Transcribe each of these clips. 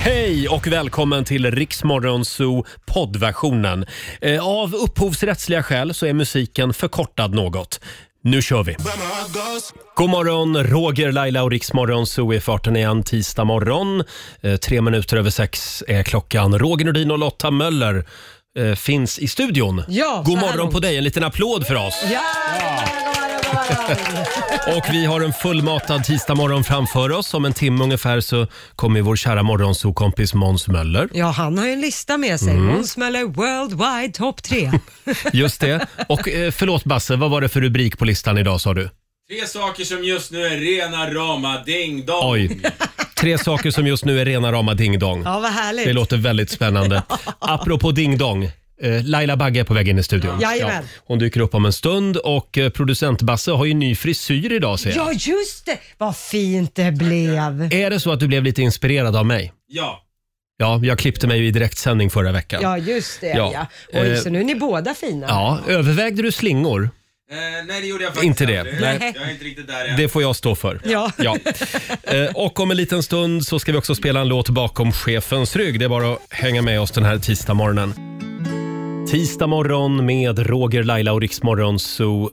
Hej och välkommen till Riksmorgon Zoo poddversionen. Av upphovsrättsliga skäl så är musiken förkortad något. Nu kör vi. God morgon, Roger, Laila och Riksmorgon Zoo är farten igen tisdag morgon. 6:03 är klockan. Roger Nordin och Lotta Möller finns i studion. Ja, god morgon på dig, en liten applåd för oss. Ja. Och vi har en fullmatad tisdagmorgon framför oss. Om en timme ungefär så kommer vår kära morgonsokompis Måns Möller. Ja, han har ju en lista med sig. Måns Möller Worldwide Top 3. Just det. Och förlåt Basse, vad var det för rubrik på listan idag sa du? 3 saker som just nu är rena rama ding-dong. Oj, 3 saker som just nu är rena rama ding-dong. Ja, vad härligt. Det låter väldigt spännande. Apropå ding-dong. Laila Bagge är på väg in i studion. Jajamän. Ja, hon dyker upp om en stund och producent Basse har ju ny frisyr idag ser jag. Ja, just det. Vad fint det blev. Är det så att du blev lite inspirerad av mig? Ja. Ja, jag klippte mig ju i direktsändning förra veckan. Ja, just det. Ja. Ja. Oj, så nu är ni båda fina. Ja, övervägde du slingor? Nej, det gjorde jag faktiskt Inte det. aldrig. Nej. Jag är inte riktigt där än. Det får jag stå för. Ja. Ja. Och om en liten stund så ska vi också spela en låt bakom chefens rygg. Det är bara att hänga med oss den här tisdagmorgonen. Tisdag morgon med Roger, Laila och Riksmorgon Zoo.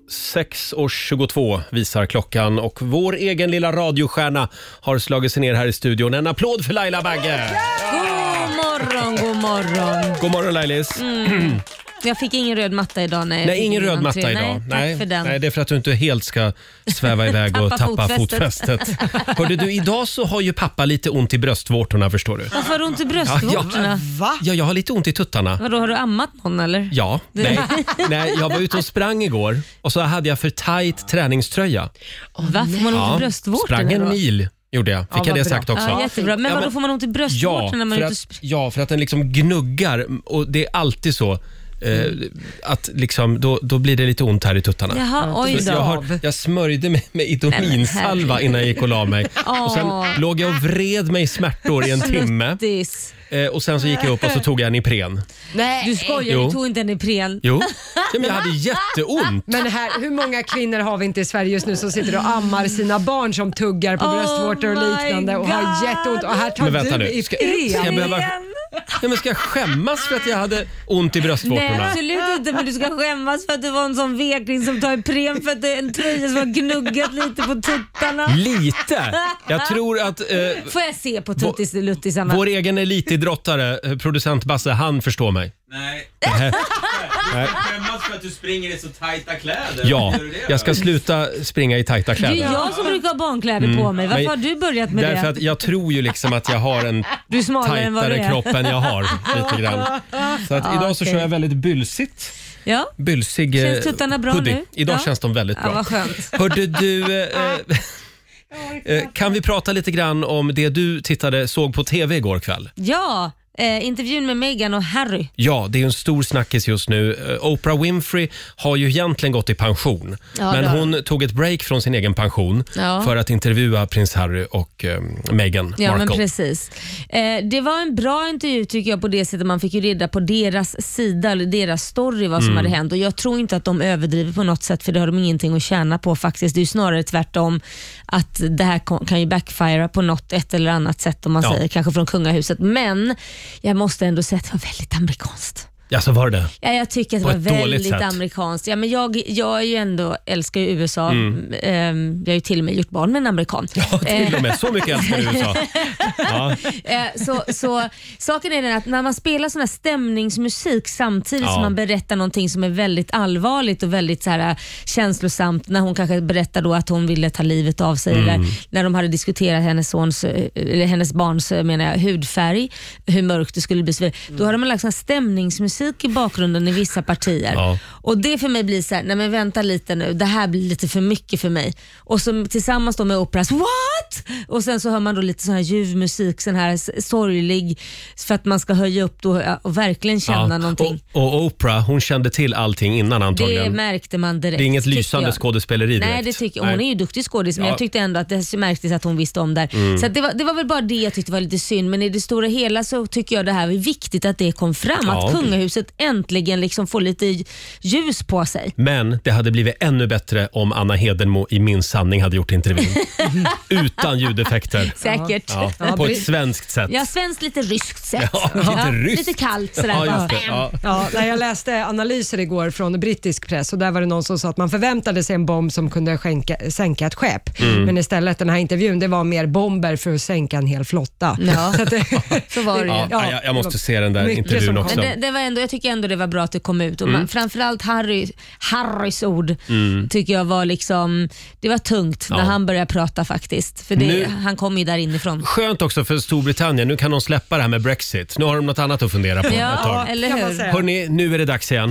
6:22 visar klockan och vår egen lilla radiostjärna har slagit sig ner här i studion. En applåd för Laila Bagge! God morgon, god morgon. God morgon Lailis. Jag fick ingen röd matta idag. Nej, ingen röd matta idag. Nej, tack för den. Nej, det är för att du inte helt ska sväva iväg och tappa fotfästet. Hörde du, idag så har ju pappa lite ont i bröstvårtorna, förstår du. Varför har du ont i bröstvårtorna? Va? Ja, jag har lite ont i tuttarna. Vadå, har du ammat någon eller? Ja, nej, jag var ute och sprang igår och så hade jag för tajt träningströja. Va? Får man ont i bröstvårtorna sprang en då? mil. Gjorde jag. Fick jag det vad bra. sagt också? Ja, jättebra. Men vadå, får man ont i bröstvårtorna när man är ute och ja, för att den liksom gnuggar och det är alltid så att liksom, då blir det lite ont här i tuttarna. Jaha, oj Så då. jag smörjde mig med Idominsalva innan jag gick och la mig. Och sen låg jag och vred mig i smärtor i en timme. Sluttis. Och sen så gick jag upp och så tog jag en Ipren. Nej. Du skojar, Jo. du tog inte en Ipren. Jo, ja, men jag hade jätteont. Men här, hur många kvinnor har vi inte i Sverige just nu som sitter och ammar sina barn som tuggar på bröstvårtor och liknande och har jätteont och här tar Men vänta du nu, i ska jag behöva... Ja, men ska jag skämmas för att jag hade ont i bröstvårtorna? Nej, absolut inte, men du ska skämmas för att du var en sån vekling som tar Ipren för att det är en tröja som har gnuggat lite på tuttarna. Lite. Jag tror att Får jag se på tuttis-luttisarna? vår egen elitidrottare, producent Basse, han förstår mig. Nej. Nej. Jag skämmas för att du springer i så tajta kläder. Ja, Gör du det, jag ska sluta springa i tajta Det är kläder. jag som brukar ha barnkläder på mig. Varför Men har du börjat med Därför det? att jag tror ju liksom att jag har en Du är smalare än vad du tajtare är. kropp än jag har. Lite grann. Så att idag så okej. kör jag väldigt bylsigt. Ja, Bylsig Känns tuttarna bra hoodie. nu? Idag Ja. känns de väldigt ja bra. vad skönt. Hörde du... kan vi prata lite grann om det du såg på TV igår kväll? Ja, intervjun med Meghan och Harry. Ja, det är en stor snackis just nu. Oprah Winfrey har ju egentligen gått i pension. Ja, men det har hon tog ett break från sin egen pension Ja. för att intervjua prins Harry och Meghan Ja, Markle. men precis. Det var en bra intervju tycker jag på det sättet man fick ju reda på deras sida eller deras story vad som hade hänt och jag tror inte att de överdriver på något sätt för det har de ingenting att tjäna på faktiskt. Det är ju snarare tvärtom att det här kan ju backfire på ett eller annat sätt om man säger kanske från kungahuset. Men jag måste ändå säga att det var väldigt amerikanskt. Ja, så var det. Ja, jag tycker att På det ett var dåligt väldigt sätt. amerikanskt. Ja, men jag är ju ändå, älskar ju USA. Jag har ju till och med gjort barn med en amerikan. Ja, till och med. Så mycket älskar du USA. Ja. Så saken är den att när man spelar sån här stämningsmusik samtidigt som man berättar någonting som är väldigt allvarligt och väldigt så här känslosamt, när hon kanske berättar då att hon ville ta livet av sig eller när de hade diskuterat hennes barns hudfärg, hur mörkt det skulle bli. Då har de lagt sån här stämningsmusik i bakgrunden i vissa partier. Ja. Och det för mig blir så här, nej men vänta lite nu, det här blir lite för mycket för mig. Och så tillsammans då med Oprahs What? Och sen så hör man då lite sån här ljuv musik, sån här sorglig, för att man ska höja upp då och verkligen känna någonting. Och Oprah, hon kände till allting innan antagligen. Det märkte man direkt. Det är inget tycker lysande jag. skådespeleri direkt. Nej, det tycker jag. Hon är ju duktig skådis, men Ja. jag tyckte ändå att det märktes att hon visste om där. Så att det var väl bara det jag tyckte var lite synd, men i det stora hela så tycker jag det här är viktigt att det kom fram, Ja. att kungahuset äntligen liksom får lite ljus på sig. Men det hade blivit ännu bättre om Anna Hedenmo i Min sanning hade gjort intervjun. utan ljudeffekter. Säkert. Ja, på ett svenskt sätt. Ja, svenskt lite ryskt sätt. Ja, lite ryskt. Lite kallt sådär. Ja, just det. Ja. När jag läste analyser igår från brittisk press och där var det någon som sa att man förväntade sig en bomb som kunde sänka ett skepp. Men istället den här intervjun, det var mer bomber för att sänka en hel flotta. Ja, så var det. Ja, jag måste se den där intervjun också. Men det var ändå, jag tycker ändå det var bra att det kom ut. Och framförallt Harrys ord tycker jag var liksom, det var tungt när han började prata faktiskt. För han kom ju där inifrån. Skönt också för Storbritannien. Nu kan de släppa det här med Brexit. Nu har de något annat att fundera på. Ja, eller hur? Hörrni, nu är det dags igen.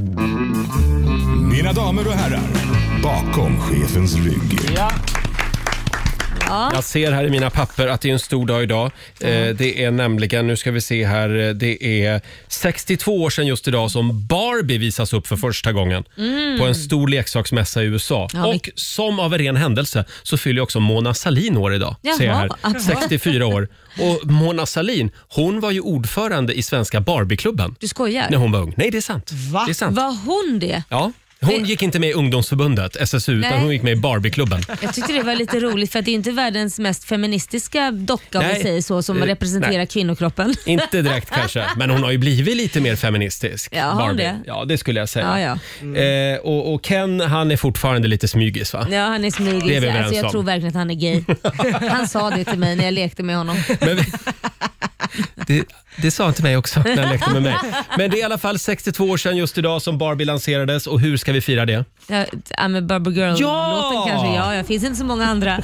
Mina damer och herrar, bakom chefens rygg. Ja. Jag ser här i mina papper att det är en stor dag idag. Det är nämligen, nu ska vi se här, det är 62 år sedan just idag som Barbie visas upp för första gången på en stor leksaksmässa i USA. Och som av en ren händelse så fyller också Mona Sahlin år idag. Ser jag här. 64 år. Och Mona Sahlin, hon var ju ordförande i svenska Barbie-klubben. Du skojar? När hon var ung. Nej, det är sant. Va? Det är sant. Var hon det? Ja. Hon gick inte med i ungdomsförbundet, SSU, utan hon gick med i Barbie-klubben. Jag tyckte det var lite roligt för att det är inte världens mest feministiska docka om vi säger så, som representerar kvinnokroppen. Inte direkt kanske, men hon har ju blivit lite mer feministisk. Ja, Barbie. det. Ja, det skulle jag säga. Ja. Och Ken, han är fortfarande lite smygis, va? Ja, han är smygis. Det är vi överens om. Jag tror verkligen att han är gay. Han sa det till mig när jag lekte med honom. Men det sa inte mig också när jag lekte med mig. Men det är i alla fall 62 år sedan just idag som Barbie lanserades. Och hur ska vi fira det? I'm a Barbie Girl-låten kanske. Ja, det finns inte så många andra.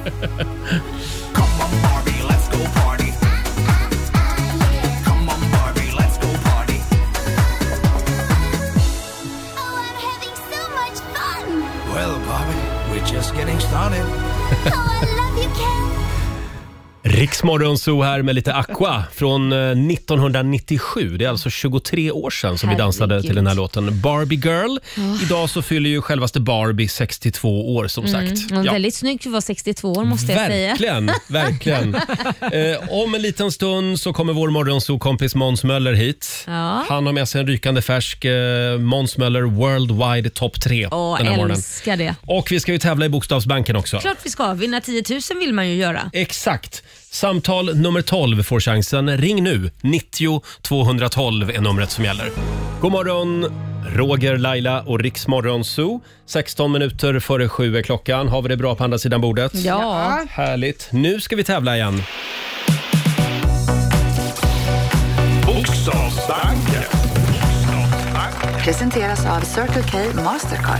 Well, Barbie, we're just getting started. Oh, I love you, Ken. Riksmorgon Zoo här med lite Aqua från 1997. Det är alltså 23 år sedan som vi dansade till den här låten Barbie Girl. Idag så fyller ju självaste Barbie 62 år som sagt. Väldigt snyggt för att vara 62 år måste jag säga. Verkligen. Om en liten stund så kommer vår morgonzoo-kompis Måns Möller hit. Ja. Han har med sig en rykande färsk Måns Möller Worldwide Top 3 den här morgonen. Älskar det. Och vi ska ju tävla i Bokstavsbanken också. Klart vi ska. Vinna 10 000 vill man ju göra. Exakt. Samtal nummer 12 får chansen. Ring nu. 90 212 är numret som gäller. God morgon, Roger, Laila och Riksmorgon Zoo. 16 minuter före 7 är klockan. Har vi det bra på andra sidan bordet? Ja. Härligt. Nu ska vi tävla igen. Bokstavsbanken. Presenteras av Circle K Mastercard.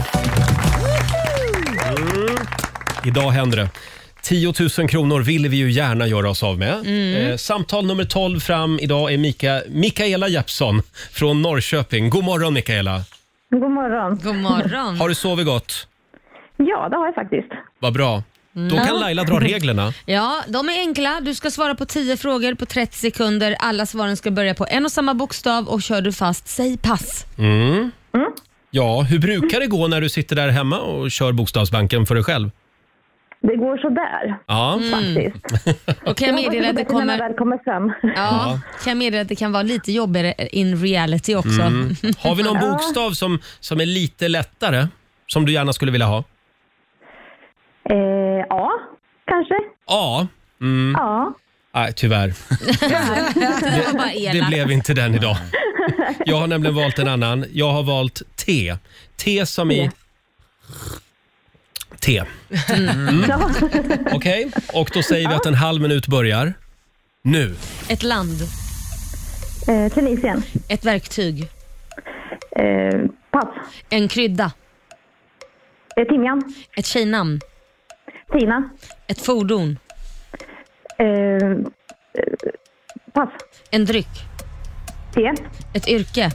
Idag händer det. 10 000 kronor vill vi ju gärna göra oss av med. Samtal nummer 12 fram idag är Mikaela Jeppsson från Norrköping. God morgon, Mikaela. God morgon. God morgon. Har du sovit gott? Ja, det har jag faktiskt. Vad bra. Då kan Laila dra reglerna. Ja, de är enkla. Du ska svara på 10 frågor på 30 sekunder. Alla svaren ska börja på en och samma bokstav och kör du fast, säg pass. Ja, hur brukar det gå när du sitter där hemma och kör Bokstavsbanken för dig själv? Det går så där faktiskt. Och kan jag meddela att det kommer... när man väl kommer fram. Ja, kan jag meddela att det kan vara lite jobbigare in reality också. Har vi någon bokstav som är lite lättare? Som du gärna skulle vilja ha? Ja, kanske. Ja. Ja. Nej, tyvärr. Det blev inte den idag. Jag har nämligen valt en annan. Jag har valt T. T som i... T. Okej, och då säger vi att en halv minut börjar nu. Ett land. Tunisien. Ett verktyg. Pass. En krydda. Timjan. Ett tjejnamn. Tina. Ett fordon. Pass. En dryck. Te. Ett yrke.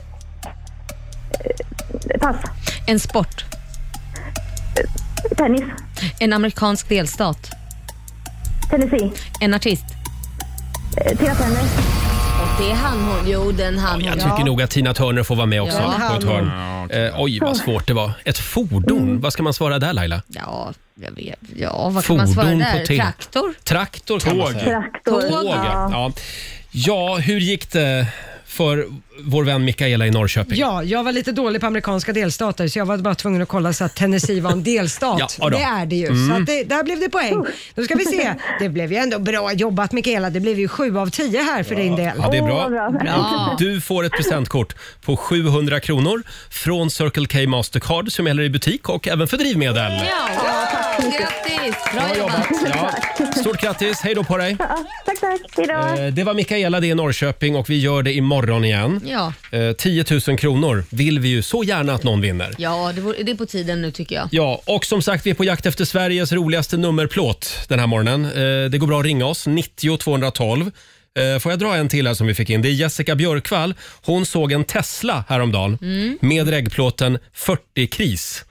Pass. En sport. Tennis. En amerikansk delstat. Tennessee. En artist. Tina Turner. Och det hann hon. Jo, den hann hon. Jag tycker nog att Tina Turner får vara med också på ett hörn. Oj, vad svårt det var. Ett fordon. Vad ska man svara där, Laila? Ja, jag vet. Ja, vad kan man svara där? Traktor? Traktor kan man säga. Traktor. Tåg, ja. Ja, hur gick det för vår vän Mikaela i Norrköping. Ja, jag var lite dålig på amerikanska delstater så jag var bara tvungen att kolla så att Tennessee var en delstat. Ja, det är det ju. Så att där blev det poäng. Då ska vi se. Det blev ju ändå bra jobbat Mikaela. Det blev ju 7 av 10 här för din del. Ja, det är bra. Bra. Du får ett presentkort på 700 kronor från Circle K Mastercard som gäller i butik och även för drivmedel. Ja, grattis! Bra jobbat. Ja. Stort grattis, hej då på dig. Ja, tack. Hejdå. Det var Mikaela, det är Norrköping och vi gör det imorgon igen. Ja. 10 000 kronor vill vi ju så gärna att någon vinner. Ja, det är på tiden nu tycker jag. Ja, och som sagt vi är på jakt efter Sveriges roligaste nummerplåt den här morgonen. Det går bra att ringa oss, 90 212. Får jag dra en till här som vi fick in? Det är Jessica Björkvall. Hon såg en Tesla häromdagen med reggplåten 40 kris.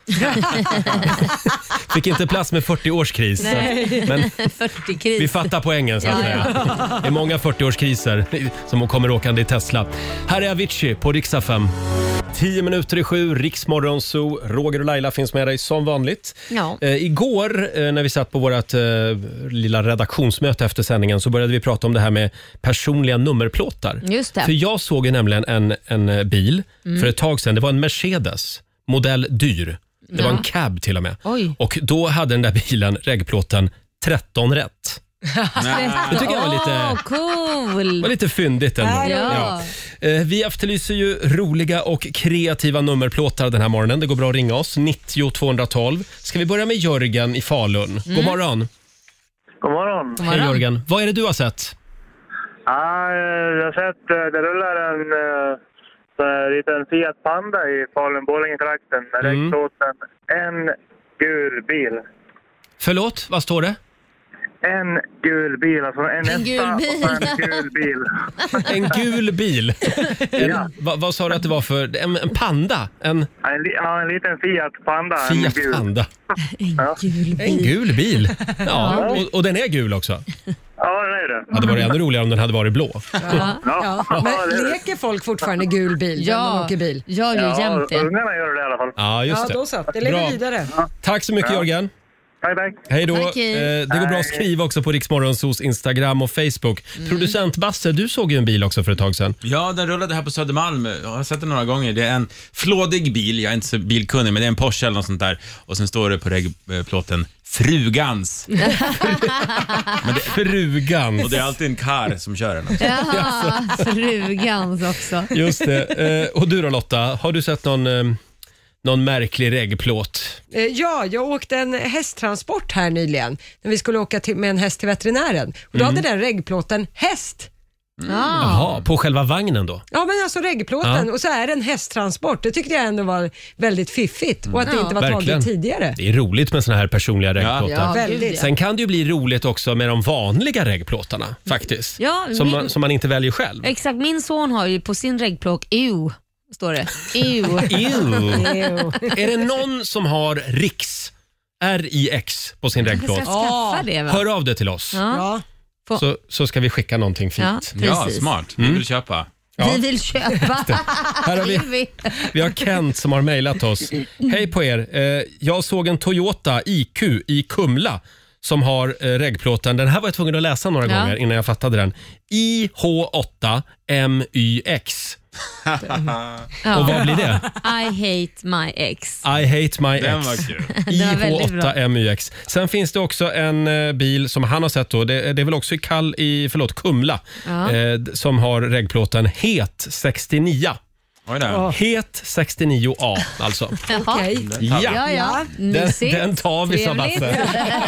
Fick inte plats med 40 års kris. Men 40 kris. vi fattar poängen så att säga. Det är många 40-årskriser som hon kommer åkande i Tesla. Här är Avicii på Rix FM. 10 minuter i 7, Rix Morgon Zoo. Roger och Laila finns med dig som vanligt. Ja. Igår när vi satt på vårt lilla redaktionsmöte efter sändningen så började vi prata om det här med personliga nummerplåtar. Just det. För jag såg ju nämligen en bil för ett tag sedan. Det var en Mercedes, modell dyr. Det var en cab till och med. Oj. Och då hade den där bilen reggplåten 13 rätt. Det tycker jag cool. var lite fyndigt ändå. Ja. Vi efterlyser ju roliga och kreativa nummerplåtar den här morgonen. Det går bra att ringa oss, 90 212. Ska vi börja med Jörgen i Falun? God morgon. God morgon. Hej Jörgen. Vad är det du har sett? Ja, jag har sett, det rullar en liten Fiat Panda i Falun-Borlänge-trakten med regnplåten en gul bil. Förlåt, vad står det? En gul bil, alltså en gul bil. och en gul bil. En gul bil. Ja. Vad sa du att det var för? En panda? En En liten Fiat Panda. Fiat en gul. Panda. Gul bil. En gul bil. Ja, och den är gul också. Ja, det är det. Ja, det var ännu roligare om den hade varit blå. Ja. Men leker folk fortfarande gul bil när de åker bil? Jag gör ju jämt det. Ungarna gör det i alla fall. Ja, just Ja, det. då så. Det lever Bra. vidare. Tack så mycket Jörgen. Tack. Hej då. Tack, hej. Det går bra att skriva också på Rix Morgonzoos Instagram och Facebook. Producent Basse, du såg ju en bil också för ett tag sedan. Ja, den rullade här på Södermalm. Jag har sett den några gånger. Det är en flådig bil. Jag är inte så bilkunnig, men det är en Porsche eller något sånt där. Och sen står det på reggplåten Frugans. Frugans. Och det är alltid en karl som kör den. Ja, frugans också. Just det. Och du då Lotta, har du sett någon märklig reggplåt? Ja, jag åkte en hästtransport här nyligen när vi skulle åka med en häst till veterinären. Och då hade den reggplåten häst. Jaha, på själva vagnen då? Ja, men alltså reggplåten. Och så är det en hästtransport. Det tyckte jag ändå var väldigt fiffigt. Och att det inte var Verkligen. taget tidigare. Det är roligt med såna här personliga reggplåtar. Ja, Väldigt. Sen kan det ju bli roligt också med de vanliga reggplåtarna faktiskt. Ja, som man inte väljer själv. Exakt, min son har ju på sin reggplåt står det. Är det någon som har Rix, RIX på sin Jag reggplåt? ska skaffa det, va? Hör av det till oss. Ja. Så ska vi skicka någonting fint. Ja, precis. smart. Vi vill köpa. Vi vill köpa. Här har vi har Kent som har mejlat oss. Hej på er. Jag såg en Toyota IQ i Kumla som har reggplåten. Den här var jag tvungen att läsa några gånger innan jag fattade den. IH8MYX. Och vad blir det? I hate my ex. I hate my Den ex. var kul. var väldigt bra. IH8MYX. Sen finns det också en bil som han har sett då. Det är väl också i Kumla. Som har reggplåten Het 69. Oj där. Het 69A alltså. Okej. Ja. Mysigt. Den tar vi som Basse.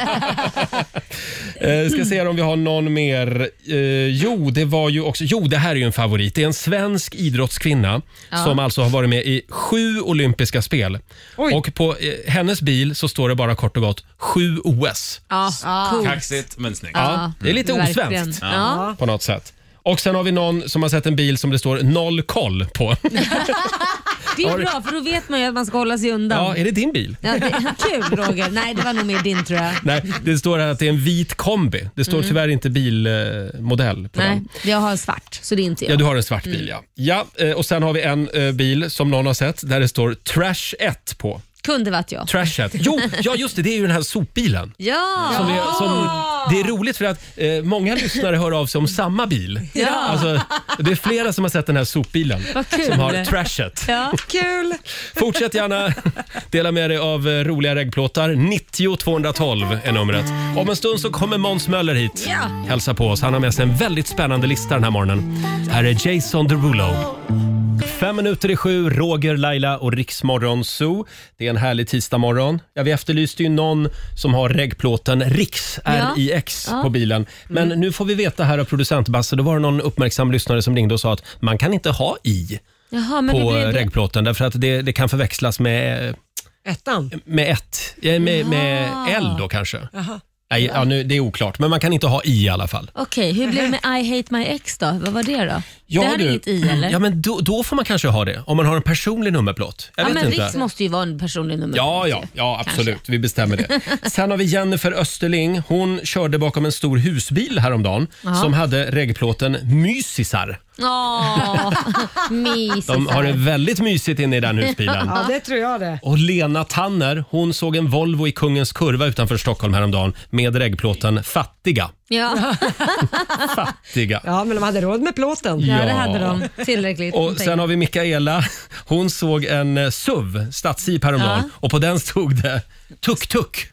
Ska se om vi har någon mer. Det här är ju en favorit. Det är en svensk idrottskvinna som alltså har varit med i 7 olympiska spel. Oj. Och på hennes bil så står det bara kort och gott 7 OS. Coolt. Kaxigt men snyggt. Ja, det är lite verkligen. osvenskt Ja. på något sätt. Och sen har vi någon som har sett en bil som det står 0 koll på. Det är bra, för då vet man ju att man ska hålla sig undan. Ja, är det din bil? Ja, kul Roger. Nej, det var nog mer din tror jag. Nej, det står här att det är en vit kombi. Det står tyvärr inte bilmodell på Nej, den. jag har svart, så det är inte jag. Ja, du har en svart bil, ja. Och sen har vi en bil som någon har sett där det står Trash 1 på. Kunde varit jag. Trashet. Jo, ja just det är ju den här sopbilen. Ja! Det är roligt för att många lyssnare hör av sig om samma bil. Ja. Alltså, det är flera som har sett den här sopbilen. Vad kul. Som har Trashet. Ja. Kul! Fortsätt gärna dela med dig av roliga reggplåtar. 90 212 är numret. Om en stund så kommer Måns Möller hit. Ja. Hälsa på oss. Han har med sig en väldigt spännande lista den här morgonen. Här är Jason Derulo. 6:05, Roger, Laila och Riksmorgon Zoo. Det är en härlig tisdagmorgon. Ja, vi efterlyste ju någon som har reggplåten Riks, RIX, på bilen. Men nu får vi veta här av producent Basse, då var det någon uppmärksam lyssnare som ringde och sa att man kan inte ha i på reggplåten därför att det kan förväxlas med... Ettan? Med L då kanske. Jaha. Nej, ja, nu, det är oklart, men man kan inte ha i alla fall. Okej, hur blev det med I hate my ex då? Vad var det då? Ja, det hade inget i eller? Ja, men då får man kanske ha det. Om man har en personlig nummerplåt. Jag vet men inte. Riks måste ju vara en personlig nummerplåt. Ja, absolut. Kanske. Vi bestämmer det. Sen har vi Jennifer Österling. Hon körde bakom en stor husbil häromdagen som hade reggplåten Mysisar. Mysisar. De har det väldigt mysigt inne i den husbilen. Ja, det tror jag det. Och Lena Tanner, hon såg en Volvo i Kungens Kurva utanför Stockholm häromdagen med reggplåten Fattiga. Ja. Fattiga. Ja, men de hade råd med plåten. Ja, det hade de. Tillräckligt. Och sen har vi Mikaela. Hon såg en SUV, stadsjeep häromdagen. Och på den stod det tuk-tuk.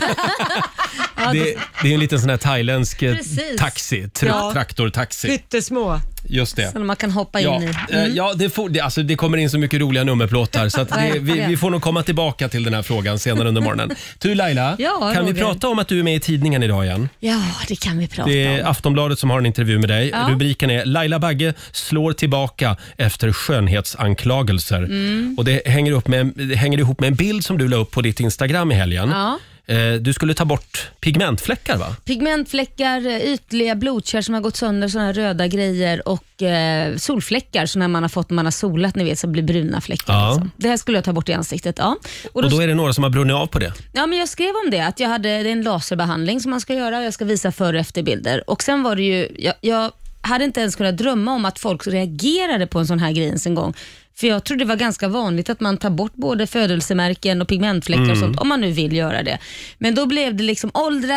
Det är en liten sån här thailändsk taxi, traktortaxi. Pyttesmå. Just det. Som man kan hoppa in i. Ja, det kommer in så mycket roliga nummerplåtar så att vi får nog komma tillbaka till den här frågan senare under morgonen. Du Laila, kan vi prata om att du är med i tidningen idag igen? Ja, det kan vi prata om. Det är Aftonbladet som har en intervju med dig. Ja. Rubriken är Laila Bagge slår tillbaka efter skönhetsanklagelser. Och det hänger ihop med en bild som du la upp på ditt Instagram i helgen. Ja. Du skulle ta bort pigmentfläckar, va? Pigmentfläckar, ytliga blodkärl som har gått sönder, såna här röda grejer och solfläckar, så när man har solat, ni vet, så blir bruna fläckar. Ja. Liksom. Det här skulle jag ta bort i ansiktet. Ja. Och då är det några som har brunnit av på det? Ja, men jag skrev om det, att det är en laserbehandling som man ska göra och jag ska visa före och efterbilder. Och sen var det ju, jag hade inte ens kunnat drömma om att folk reagerade på en sån här grej ens en gång. För jag tror det var ganska vanligt att man tar bort både födelsemärken och pigmentfläckar och sånt, om man nu vill göra det. Men då blev det liksom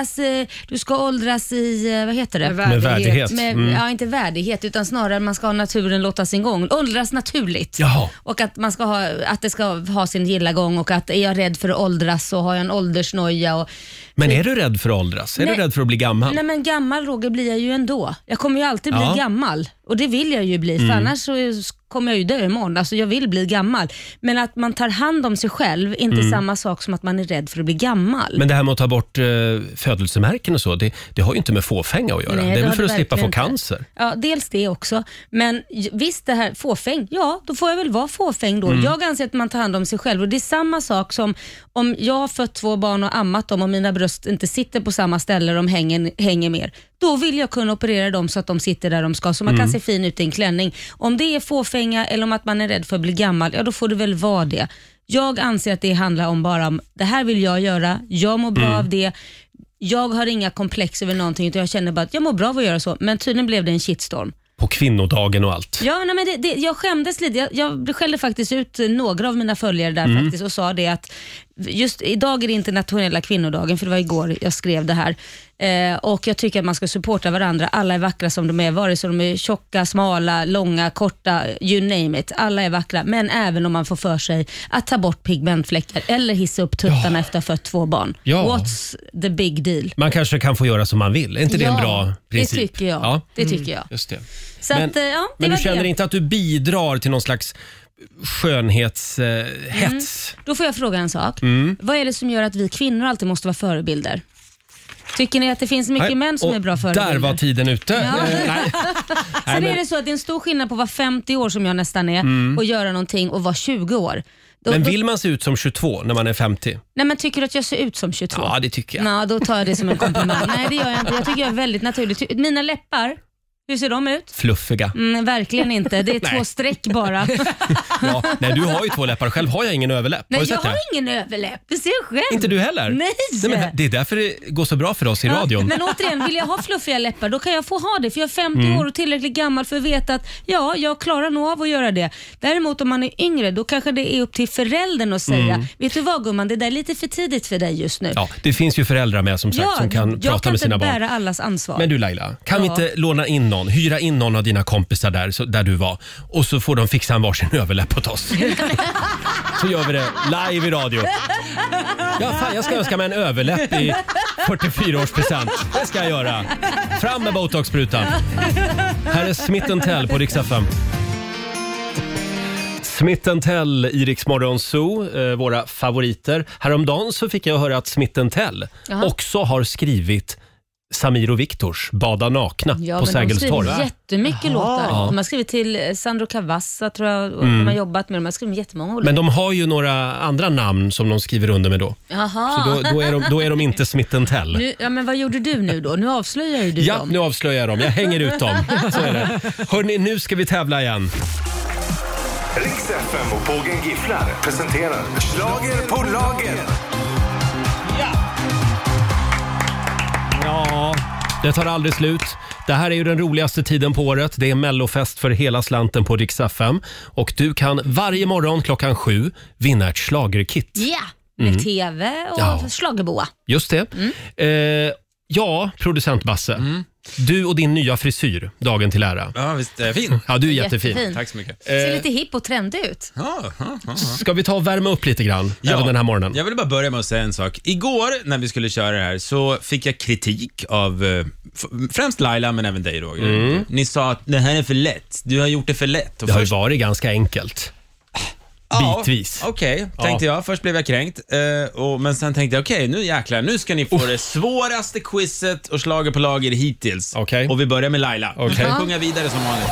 du ska åldras i, vad heter det? Med värdighet. Ja, inte värdighet, utan snarare man ska ha naturen låta sin gång. Åldras naturligt. Jaha. Och att att det ska ha sin gilla gång, och att är jag rädd för att åldras så har jag en åldersnoja. Men är du rädd för att åldras? Är du rädd för att bli gammal? Nej, men gammal, Roger, blir jag ju ändå. Jag kommer ju alltid bli gammal. Och det vill jag ju bli, för annars så kommer jag ju dö imorgon. Alltså jag vill bli gammal. Men att man tar hand om sig själv är inte samma sak som att man är rädd för att bli gammal. Men det här med att ta bort födelsemärken och så, det har ju inte med fåfänga att göra. Nej, det är väl för att slippa få inte. cancer? Ja, dels det också. Men visst, det här fåfäng, ja, då får jag väl vara fåfäng då. Jag anser att man tar hand om sig själv. Och det är samma sak som om jag har fött 2 barn och ammat dem och mina bröst inte sitter på samma ställe, de hänger mer. Då vill jag kunna operera dem så att de sitter där de ska, så man kan se fin ut i en klänning. Om det är fåfänga eller om att man är rädd för att bli gammal, ja då får det väl vara det. Jag anser att det handlar om bara om, det här vill jag göra, jag mår bra av det. Jag har inga komplex över någonting, utan jag känner bara att jag mår bra av att göra så. Men tydligen blev det en shitstorm. På kvinnodagen och allt. Ja, nej, men jag skämdes lite. Jag skällde faktiskt ut några av mina följare där faktiskt och sa det att just idag är det internationella kvinnodagen, för det var igår jag skrev det här. Och jag tycker att man ska supporta varandra. Alla är vackra som de är, vare sig de är tjocka, smala, långa, korta, you name it. Alla är vackra, men även om man får för sig att ta bort pigmentfläckar eller hissa upp tuttarna efter att ha fött 2 barn. What's the big deal? Man kanske kan få göra som man vill. Är inte det en bra princip? Det tycker jag. Ja. Det tycker jag. Just det. Så men du känner inte att du bidrar till någon slags skönhetshets? Då får jag fråga en sak. Vad är det som gör att vi kvinnor alltid måste vara förebilder? Tycker ni att det finns mycket män som är bra förebilder? Där var tiden ute. Ja. Sen är det så att det är en stor skillnad på att vara 50 år som jag nästan är och göra någonting och vara 20 år. Men vill man se ut som 22 när man är 50? Nej, men tycker du att jag ser ut som 22? Ja, det tycker jag. Då tar jag det som en komplimang. Nej, det gör jag inte. Jag tycker jag är väldigt naturligt. Mina läppar Hur ser de ut? Fluffiga. Verkligen inte. Det är 2 streck bara. Ja, nej, du har ju 2 läppar. Själv har jag ingen överläpp. Nej, har du jag sett har det? ingen överläpp. Det ser jag själv. Inte du heller? Nej. Men det är därför det går så bra för oss i radion. Men återigen, vill jag ha fluffiga läppar, då kan jag få ha det. För jag är 50 år och tillräckligt gammal för att veta att jag klarar nog av att göra det. Däremot om man är yngre, då kanske det är upp till föräldern att säga, vet du vad gumman, det där är lite för tidigt för dig just nu. Ja, det finns ju föräldrar med som sagt som kan prata med sina barn. Jag kan inte bära allas ansvar. Men du Laila, kan vi inte låna in någon, hyra in någon av dina kompisar där du var och så får de fixa en varsin överläpp åt oss. Så gör vi det live i radio. Ja, fan, jag ska önska mig en överläpp i 44-årspresent. Det ska jag göra. Fram med botoxsprutan. Här är Smith & Tell på Rix FM. Smith & Tell i Rix Morgon Zoo, våra favoriter. Häromdagen så fick jag höra att Smith & Tell också har skrivit Samir och Viktors Bada nakna på Sergels torg. De har skrivit jättemycket låtar. Ja. De har skrivit till Sandro Cavazza tror jag, och de har jobbat med dem. De har skrivit jättemånga olika. Men de har ju några andra namn som de skriver under med då. Jaha. Så då är de inte Smith & Tell. Men vad gjorde du nu då? Nu avslöjar ju du Ja, dem. nu avslöjar jag dem. Jag hänger ut dem. Så är det. Hörrni, nu ska vi tävla igen. Rix FM och Pågen Gifflar presenterar Schlager på lager. Ja, det tar aldrig slut. Det här är ju den roligaste tiden på året. Det är mellofest för hela slanten på Rix FM. Och du kan varje morgon 7:00 vinna ett schlagerkit. Ja, med tv och schlagerboa. Just det. Producent Basse. Du och din nya frisyr, dagen till ära. Ja, visst är fin. Ja, du är jättefin. Jättefin. Tack så mycket. Ser lite hipp och trendig ut. Ska vi ta och värma upp lite grann även den här morgonen? Jag vill bara börja med att säga en sak. Igår när vi skulle köra det här så fick jag kritik av främst Laila men även dig Roger. Ni sa att det här är för lätt. Du har gjort det för lätt. Och det har ju varit ganska enkelt. Bitvis. Okej, tänkte jag. Först blev jag kränkt. Men sen tänkte jag, okej, nu jäklar. Nu ska ni få det svåraste quizet och schlager på lager hittills. Okej. Och vi börjar med Laila. Okej. Du kan sjunga vidare som vanligt.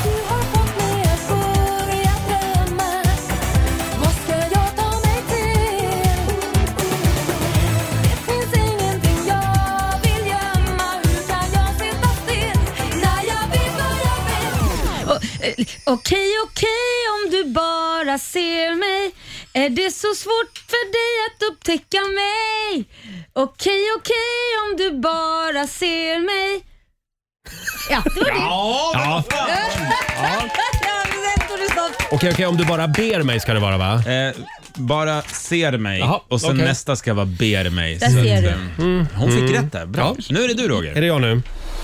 Okej, om du bara ser mig. Är det så svårt för dig att upptäcka mig? Okej, om du bara ser mig. Ja, det var det. Okej, om du bara ber mig ska det vara, va? Bara ser mig. Jaha, och sen okej. nästa ska vara ber mig. Där ser du. Hon fick rätt där. Bra. Ja. Nu är det du Roger. Är det jag nu?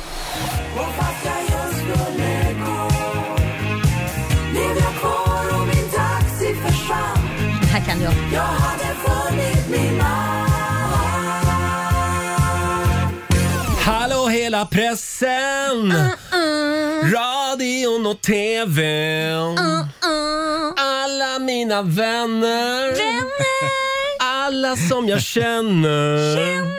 Här kan jag. Hallå hela pressen, radion och tvn, alla mina vänner, alla som jag känner.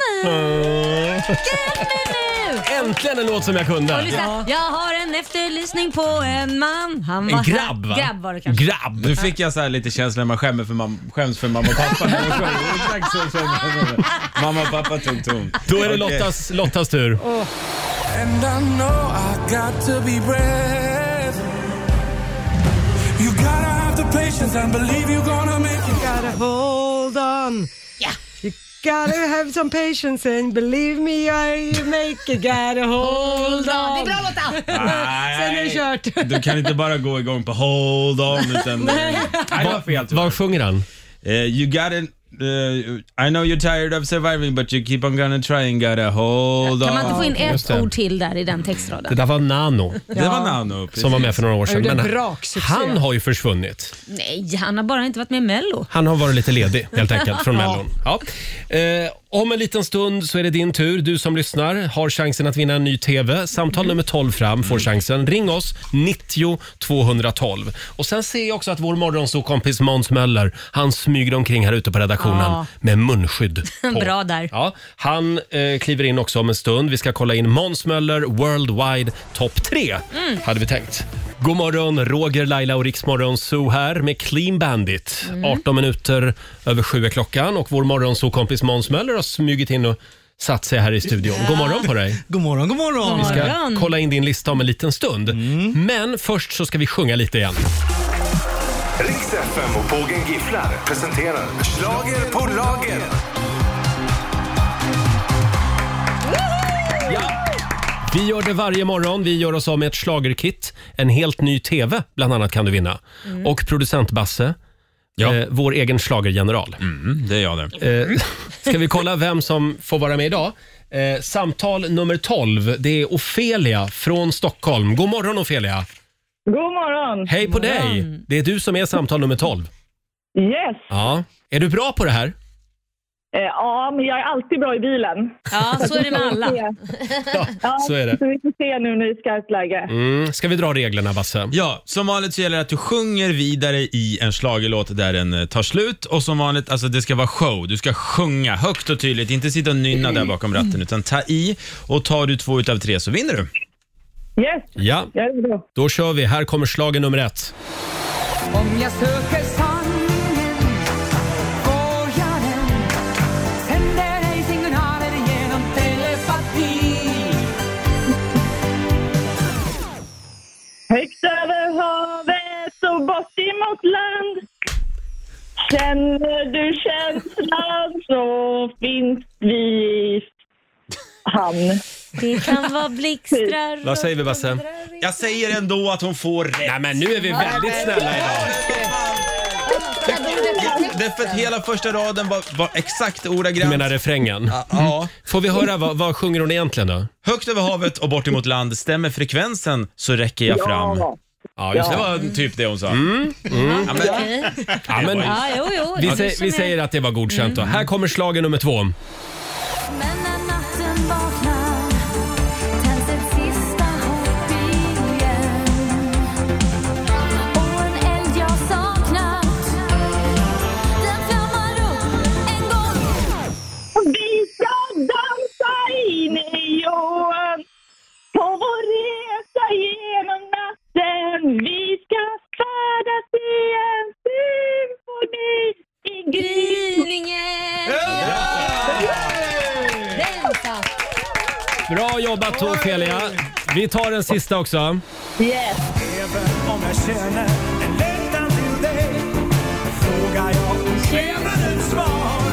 Äntligen en låt som jag kunde. Jag har en efterlysning på en man. Han var En grabb, va? Grabb var det kanske. Grabb. Nu fick jag så här lite känsla när man skäms för mamma och pappa. Exakt så känner jag. Mamma och pappa tog ton. Då är det Lottas tur. And I know I got to be brave. You gotta have the patience and believe you're gonna make it. Gotta hold on. Yeah. You gotta have some patience and believe me I make it. Gotta hold on. Det är bra Lotta! Sen är det kört. Du kan inte bara gå igång på hold on utan... Nej, det var fel. Vad sjunger han? You gotta... I know you're tired of surviving but you keep on gonna try and gotta hold on. Kan man inte få in Just ett det. ord till där i den textraden? Det där var Nano Det var Nano, precis. som var med för några år sedan. Det är Men braksuccé. han har ju försvunnit. Nej, han har bara inte varit med i Mello. Han har varit lite ledig helt enkelt från Mellon. Ja. Om en liten stund så är det din tur. Du som lyssnar har chansen att vinna en ny TV. Samtal nummer 12 fram får chansen. Ring oss 90 212. Och sen ser jag också att vår morgonsåkompis Måns Möller, han smyger omkring här ute på redaktionen med munskydd på. Bra där. Ja, han kliver in också om en stund. Vi ska kolla in Måns Möller Worldwide Top 3 hade vi tänkt. God morgon, Roger, Laila och Riksmorgon Zoo här med Clean Bandit. 18 minuter över 7 är klockan och vår morgonsåkompis Måns Möller har smugit in och satt sig här i studion. God morgon på dig. God morgon, god morgon. Vi ska kolla in din lista om en liten stund. Men först så ska vi sjunga lite igen. Rix FM och Pågen Gifflar presenterar Schlager på lager. Ja. Vi gör det varje morgon. Vi gör oss av med ett schlagerkit. En helt ny TV bland annat kan du vinna. Och producent Basse, vår egen schlagergeneral. Det är jag det. Ska vi kolla vem som får vara med idag? Samtal nummer 12. Det är Ofelia från Stockholm. God morgon Ofelia. God morgon. Hej på dig. Det är du som är samtal nummer 12. Yes. Ja. Är du bra på det här? Ja, men jag är alltid bra i bilen. Ja, så är det med alla. Ja, så är det. Så vi får se nu när det är skarpt läge. Ska vi dra reglerna, Basse? Ja, som vanligt så gäller det att du sjunger vidare i en schlagerlåt där den tar slut. Och som vanligt, alltså det ska vara show. Du ska sjunga högt och tydligt. Inte sitta och nynna där bakom ratten, utan ta i. Och tar du 2 utav 3 så vinner du. Yes. Ja, då kör vi. Här kommer schlager nummer 1. Om jag söker sanningen får jag den. Sänder dig signaler genom telepati. Högt över havet och bort emot land. Känner du känslan så finns vi i hamn. Det kan vara blixtrar. Vad säger vi, Basse? Jag säger ändå att hon får rätt. Nej, men nu är vi väldigt snälla idag. Det är för att hela första raden var exakt ordagrant. Du menar refrängen? Ja. Får vi höra, vad sjunger hon egentligen då? Högt över havet och bort emot land. Stämmer frekvensen så räcker jag fram. Ja, just Det det. var typ det hon sa. Ja, men, vi säger att det var godkänt då. Här kommer schlager nummer 2. Men när natten vaknar tänds ett sista hopp igen. Och en eld jag saknat, den flammar upp en gång. Vi ska dansa in i ån på vår resa genom natten. Vi ska färdas i en symfoni i gryningen. Bra jobbat, Ofelia. Vi tar den sista också. Yes. Även om jag känner en längtan till dig frågar jag skevande svar.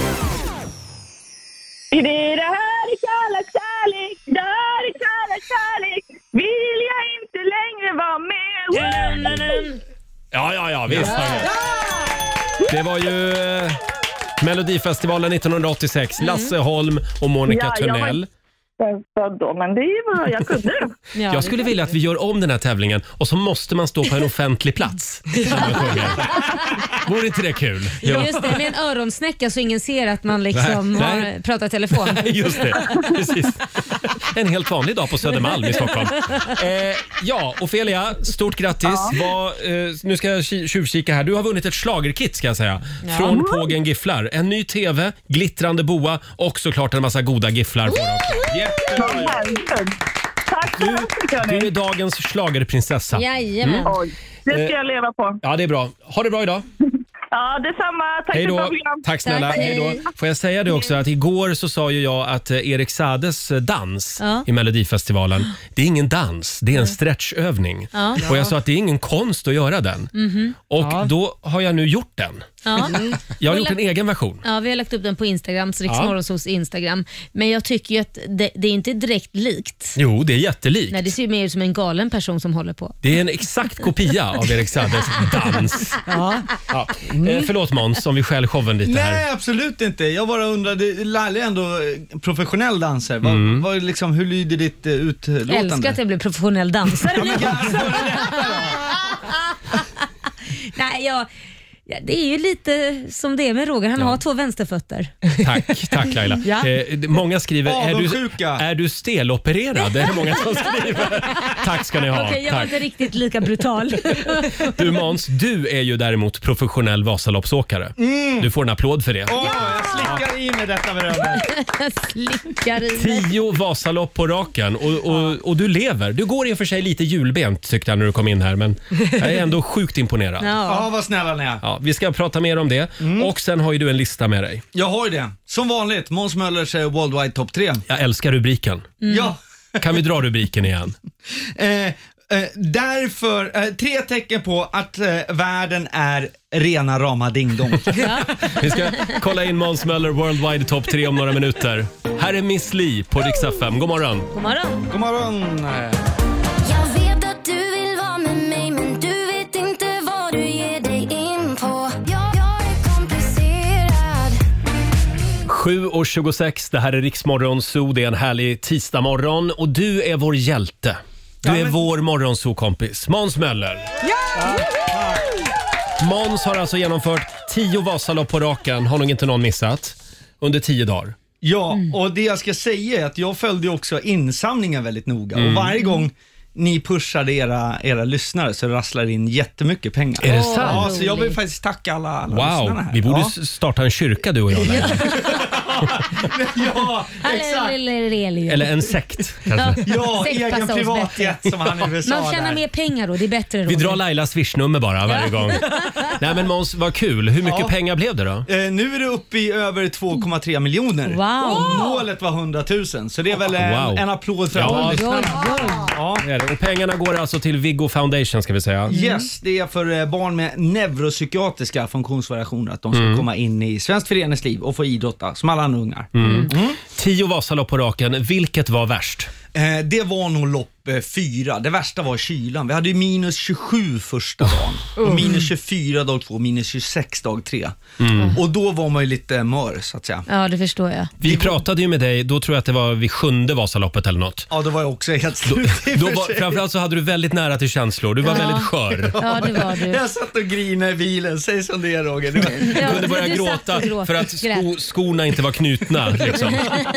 Är det här är kalla kärlek, där är kalla kärlek, vill jag inte längre vara med. Ja, visst. Det var ju Melodifestivalen 1986. Lasse Holm och Monica Törnell. Men det är vad jag kunde. Jag skulle vilja att vi gör om den här tävlingen och så måste man stå på en offentlig plats. Vore inte det kul? Just det, med en öronsnäcka så ingen ser att man liksom har pratat telefon. Just det, precis. En helt vanlig dag på Södermalm i Stockholm. Ja, Ofelia, stort grattis. Nu ska jag tjuvkika här. Du har vunnit ett schlagerkit ska jag säga. Från Pågen Gifflar. En ny TV, glittrande boa och såklart en massa goda gifflar. Tack så mycket. Du är dagens schlagerprinsessa. Jajamän. Det ska jag leva på. Ja, det är bra. Ha det bra idag. Ja, detsamma. Tack Hej för då. program. Tack snälla. Hej då. Får jag säga det också att igår så sa ju jag att Erik Saades dans i Melodifestivalen, det är ingen dans, det är en stretchövning. Och jag sa att det är ingen konst att göra den. Och då har jag nu gjort den. Jag har gjort en egen version. Ja, vi har lagt upp den på Instagram, Rix Morgonzoos Instagram. Men jag tycker ju att det är inte direkt likt. Jo, det är jättelikt. Nej, det ser ju mer ut som en galen person som håller på. Det är en exakt kopia av Erik Saades dans. Förlåt Måns, om vi skäl showen lite här. Nej, absolut inte. Jag bara undrade, Laila är ändå professionell dansare. Vad liksom, hur lyder ditt utlåtande? Jag älskar att jag blir professionell dansare. Nej, det är ju lite som det är med Roger. Han har 2 vänsterfötter. Tack Laila. Många skriver, är du stelopererad? Det är många som skriver. Tack ska ni ha. Okej, jag var inte riktigt lika brutal. Du Måns, du är ju däremot professionell Vasaloppsåkare. Du får en applåd för det. Jag slickar i med detta berömmet. Slickar i mig. 10 Vasalopp på raken och du lever. Du går i och för sig lite julbent tyckte jag när du kom in här, men jag är ändå sjukt imponerad. Ja, vad snälla ni är. Ja, vi ska prata mer om det. Och sen har ju du en lista med dig. Jag har ju det. Som vanligt, Måns Möllers Worldwide Top 3. Jag älskar rubriken. Ja. Kan vi dra rubriken igen? Därför, 3 tecken på att världen är rena rama dingdong. Vi ska kolla in Måns Möller Worldwide Top 3 om några minuter. Här är Miss Li på Rix FM. God morgon. God morgon. God morgon. Jag vet att du vill vara med mig, men du vet inte vad du ger dig in på. Jag är komplicerad. 7:26, det här är Rix Morgon Zoo. Det är en härlig tisdagmorgon och du är vår hjälte. Du är vår morgonzoo-kompis, Måns Möller. Måns har alltså genomfört 10 Vasalopp på raken, har nog inte någon missat, under 10 dagar. Ja, och det jag ska säga är att jag följde också insamlingen väldigt noga. Och varje gång ni pushade era lyssnare så rasslar det in jättemycket pengar. Är det sant? Ja, så jag vill faktiskt tacka alla lyssnarna här. Vi borde starta en kyrka du och jag. Ja, exakt. Eller en sekt kanske. Ja, Sekt egen passar oss privatjet som han i USA. Man tjänar mer pengar då, det är bättre. Vi drar Lailas swishnummer bara varje gång. Nej men Måns, vad kul. Hur mycket pengar blev det då? Nu är det uppe i över 2,3 miljoner. Wow. Och målet var 100 000. Så det är väl en applåd för alla lyssnarna. Ja. Och pengarna går alltså till Viggo Foundation ska vi säga. Yes, det är för barn med neuropsykiatriska funktionsvariationer att de ska komma in i svenskt föreningsliv och få idrotta som alla andra ungar. 10 Vasalopp på raken, vilket var värst? Det var nog lopp 4. Det värsta var kylan. Vi hade ju minus 27 första dagen. Och minus 24 dag 2, minus 26 dag 3. Och då var man ju lite mör så att säga. Ja, det förstår jag. Vi pratade ju med dig, då tror jag att det var vid 7:e Vasaloppet eller något. Ja, då var jag också helt slut. Framförallt så hade du väldigt nära till känslor. Du var väldigt skör. Ja, det var du. Jag satt och grinade i bilen. Säg som det är, Roger. Du kunde börja gråta för att skorna inte var knutna liksom.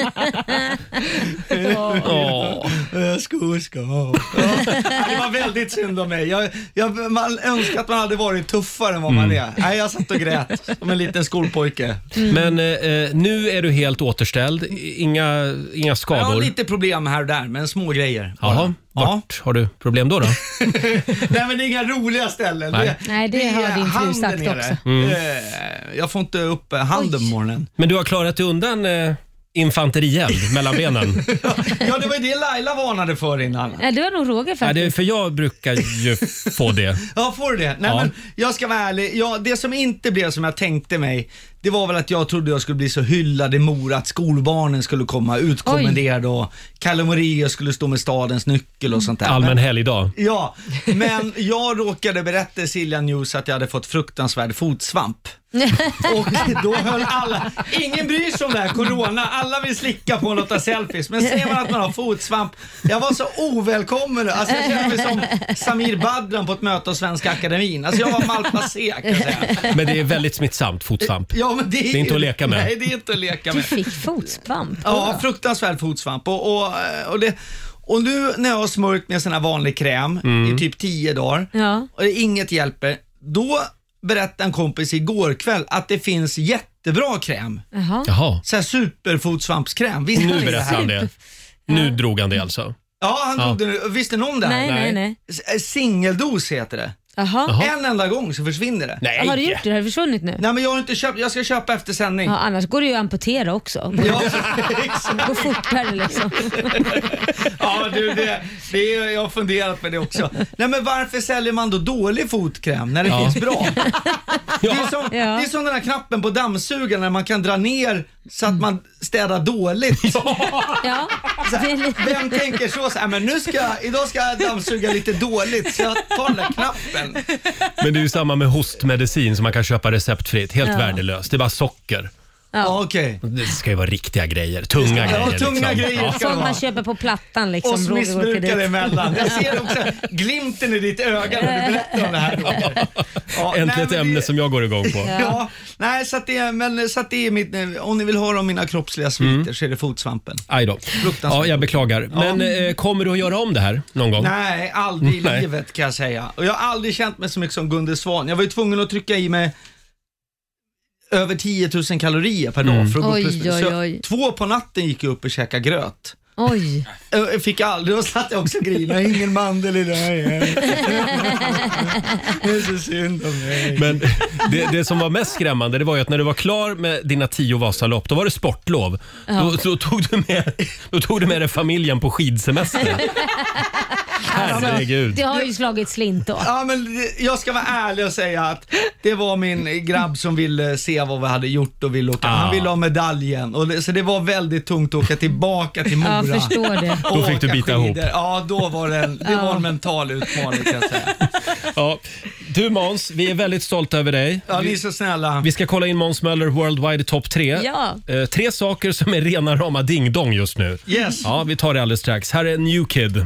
Skor. Det var väldigt synd om mig. Man önskar att man hade varit tuffare än vad man är. Nej, jag satt och grät som en liten skolpojke. Men nu är du helt återställd. Inga skador. Jag har lite problem här och där, men små grejer. Jaha, vart har du problem då? Nej, men det är inga roliga ställen. Nej, det har din fru sagt också. Jag får inte upp handen på morgonen. Men du har klarat dig undan infanterield mellan benen. Ja, det var ju det Laila varnade för innan. Ja, det var nog Roger faktiskt. Ja, det är för jag brukar ju få det. Ja, får du det? Nej, men jag ska vara ärlig. Ja, det som inte blev som jag tänkte mig, det var väl att jag trodde jag skulle bli så hyllad i Mora att skolbarnen skulle komma utkommenderade och Kalle Moraeus skulle stå med stadens nyckel och sånt där. Allmän helgdag. Ja, men jag råkade berätta i Silja News att jag hade fått fruktansvärd fotsvamp. Och då höll alla, ingen bryr sig om det här corona, alla vill slicka på något av selfies, men ser man att man har fotsvamp, jag var så ovälkommen. Alltså jag kände mig som Samir Badran på ett möte av Svenska Akademin. Alltså jag var malplacé kan jag säga. Men det är väldigt smitsamt, fotsvamp. Ja, men det är inte att leka med. Nej, det är inte att leka med. Du fick fotsvamp. Ja, fruktansvärd fotsvamp och nu när jag har smörjt med sån här vanlig kräm i typ 10 dagar och inget hjälper, då berättade en kompis igår kväll att det finns jättebra kräm. Jaha. Så här superfotsvampskräm. Nu berättar han det. Nu drog han det alltså. Ja, han drog det. Visste någon det här? Nej. Singeldos heter det. Jaha. En enda gång så försvinner det. Nej. Har du gjort det? Har det försvunnit nu? Nej, men jag har inte köpt. Jag ska köpa efter sändning. Ja, annars går det ju att amputera också. Ja, gå fortare liksom. Ja, du, det är, jag har funderat på det också. Nej, men varför säljer man då dålig fotkräm när det finns bra? Det är som den här knappen på dammsugaren när man kan dra ner så att man städar dåligt. Ja. Vem tänker så? Men idag ska jag dammsuga lite dåligt så jag tar den där knappen. Men det är ju samma med hostmedicin som man kan köpa receptfritt. Helt värdelöst. Det är bara socker. Ja, okej. Det ska ju vara riktiga grejer. Tunga grejer. Tunga liksom. grejer ska som man köper på plattan liksom. Och missbrukare emellan. Jag ser också glimten i ditt öga när du berättar om det här. Äntligen ett ämne som jag går igång på. Ja, nej, så att det är mitt, om ni vill höra om mina kroppsliga sviter så är det fotsvampen. Aj då. Ja, jag beklagar. Men kommer du att göra om det här någon gång? Nej, aldrig i livet kan jag säga. Och jag har aldrig känt mig så mycket som Gunde Svan. Jag var ju tvungen att trycka i mig över 10 000 kalorier per dag för att gå Oj, plus. oj. 2 på natten gick jag upp och käkade gröt. Oj. Jag fick aldrig, och satt jag också och grina. Ingen mandel i det här. Det är så synd om mig. Men det som var mest skrämmande, det var ju att när du var klar med dina 10 Vasalopp, då var det sportlov. Ja. Då tog du med dig familjen på skidsemester. Herregud. Det har ju slagit slint då. Ja, men jag ska vara ärlig och säga att det var min grabb som ville se vad vi hade gjort och ville åka. Han ville ha medaljen. Så det var väldigt tungt att åka tillbaka till Mora. Ja, förstår det. Då fick du bita ihop. Ja, då var det var en mental utmaning kan jag säga. Ja. Du Måns, vi är väldigt stolta över dig. Ja, ni är så snälla. Vi ska kolla in Måns Möller Worldwide Top 3. Ja. 3 saker som är rena rama ding-dong just nu. Yes. Ja, vi tar det alldeles strax. Här är New Kid.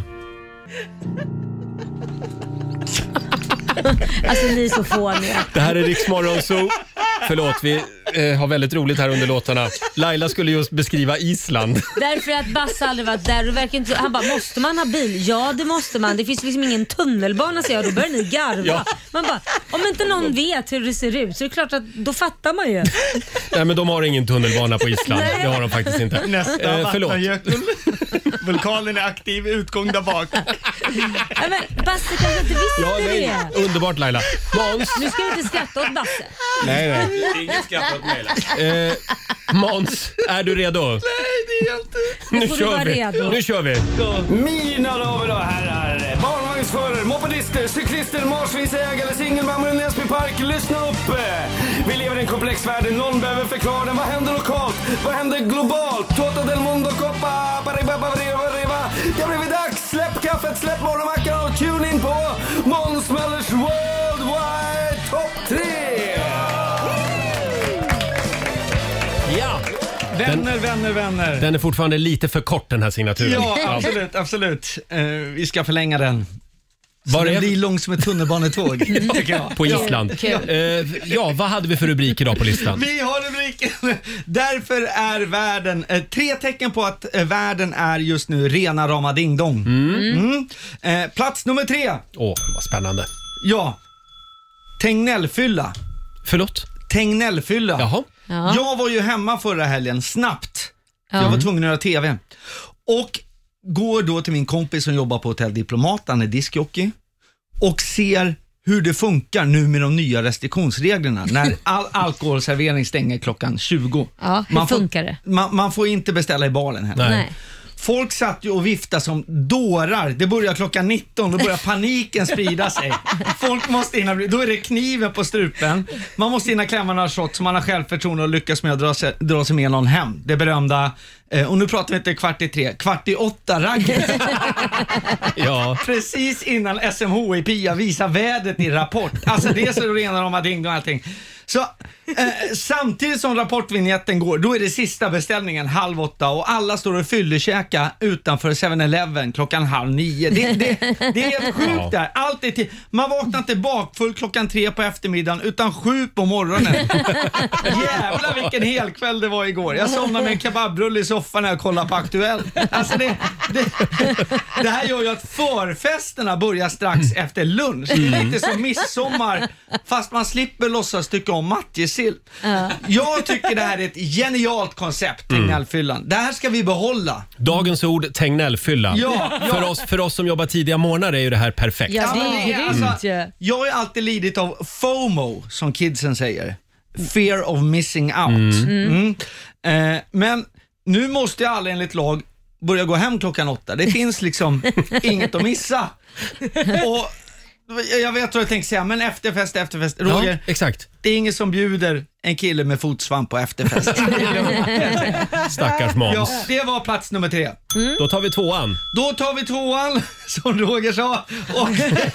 Alltså ni är så fåniga. Det här är Rix Morgon Zoo. Förlåt, vi har väldigt roligt här under låtarna. Laila skulle just beskriva Island. Därför att Basse aldrig varit där och verkar inte, han bara, måste man ha bil? Ja, det måste man. Det finns liksom ingen tunnelbana, så då börjar ni garva. Ja. Man bara, om inte någon vet hur det ser ut så är det klart att då fattar man ju. Nej, men de har ingen tunnelbana på Island. Nej. Det har de faktiskt inte. Nästa Förlåt. vattenjökull. Vulkanen är aktiv, utgång där bak. Ja, men Basse kanske inte visste det. Underbart Laila. Måns. Nu ska vi inte skratta åt Basse. Nej. Ingen skratt åt mig. Måns, är du redo? Nej, det är jag inte. Nu får du vara redo. Nu kör vi. Mina damer och herrar, barnvagnsförare, mopedister, cyklister, marsvinsägare, singelmammor i Näsby Park, lyssna upp! Vi lever i en komplex värld, någon behöver förklara den. Vad händer lokalt? Vad händer globalt? Tota del mundo, coppa, paribaba, riva. Det har blivit dags, släpp kaffet, släpp morgonmackan och tune in på Måns Möllers Worldwide Top 3! Ja. Vänner. Den är fortfarande lite för kort den här signaturen. Ja, absolut. Vi ska förlänga den. Så Var den är blir lång som ett tunnelbanetåg, tycker jag. På Island. Ja, vad hade vi för rubrik idag på listan? Vi har rubriken Därför är världen 3 tecken på att världen är just nu rena rama ding-dong. Plats nummer 3. Vad spännande. Ja, Tegnellfylla. Förlåt? Tegnellfylla. Jaha. Ja. Jag var ju hemma förra helgen, snabbt. Jag var tvungen att göra TV. Och går då till min kompis som jobbar på Hotell Diplomat, han är diskjockey, och ser hur det funkar nu med de nya restriktionsreglerna när all alkoholservering stänger klockan 20. Ja, hur funkar det? Man får inte beställa i baren heller. Nej. Folk satt ju och viftade som dårar. Det börjar klockan 19, då börjar paniken sprida sig. Folk måste hinna, då är det kniven på strupen. Man måste hinna klämma några shot så man har självförtroende och lyckas med att dra sig med någon hem. Det berömda, och nu pratar vi inte 7:45, 7:45-ragget. Ja. Precis innan SMHI Pia visar vädret i Rapport. Alltså det är så rena rama ding och allting. Så samtidigt som rapportvinjetten går, då är det sista beställningen 7:30 och alla står och fyllekäka utanför 7-Eleven klockan 8:30. Det är helt sjukt där. Allt är till. Man vaknar inte bakfull klockan 3 på eftermiddagen utan 7 på morgonen. Jävlar vilken helkväll det var igår. Jag somnade med en kebabrulle i soffan när jag kollade på Aktuellt. Alltså det här gör ju att förfesterna börjar strax efter lunch. Det är lite som midsommar fast man slipper låtsas tycka om matjessill. Jag tycker det här är ett genialt koncept, Tegnellfyllan. Det här ska vi behålla. Dagens ord, Tegnellfylla. Ja. För oss som jobbar tidiga morgnar är ju det här perfekt. Ja, det är alltså, jag har alltid lidit av FOMO, som kidsen säger. Fear of missing out. Men nu måste alla enligt lag börja gå hem klockan 8. Det finns liksom inget att missa. Och jag vet vad jag tänkte säga, men efterfest. Roger, ja, exakt. Det är ingen som bjuder en kille med fotsvamp på efterfest. Stackars Måns. Ja, det var plats nummer 3. Då tar vi 2:an. Då tar vi 2:an, som Roger sa. Och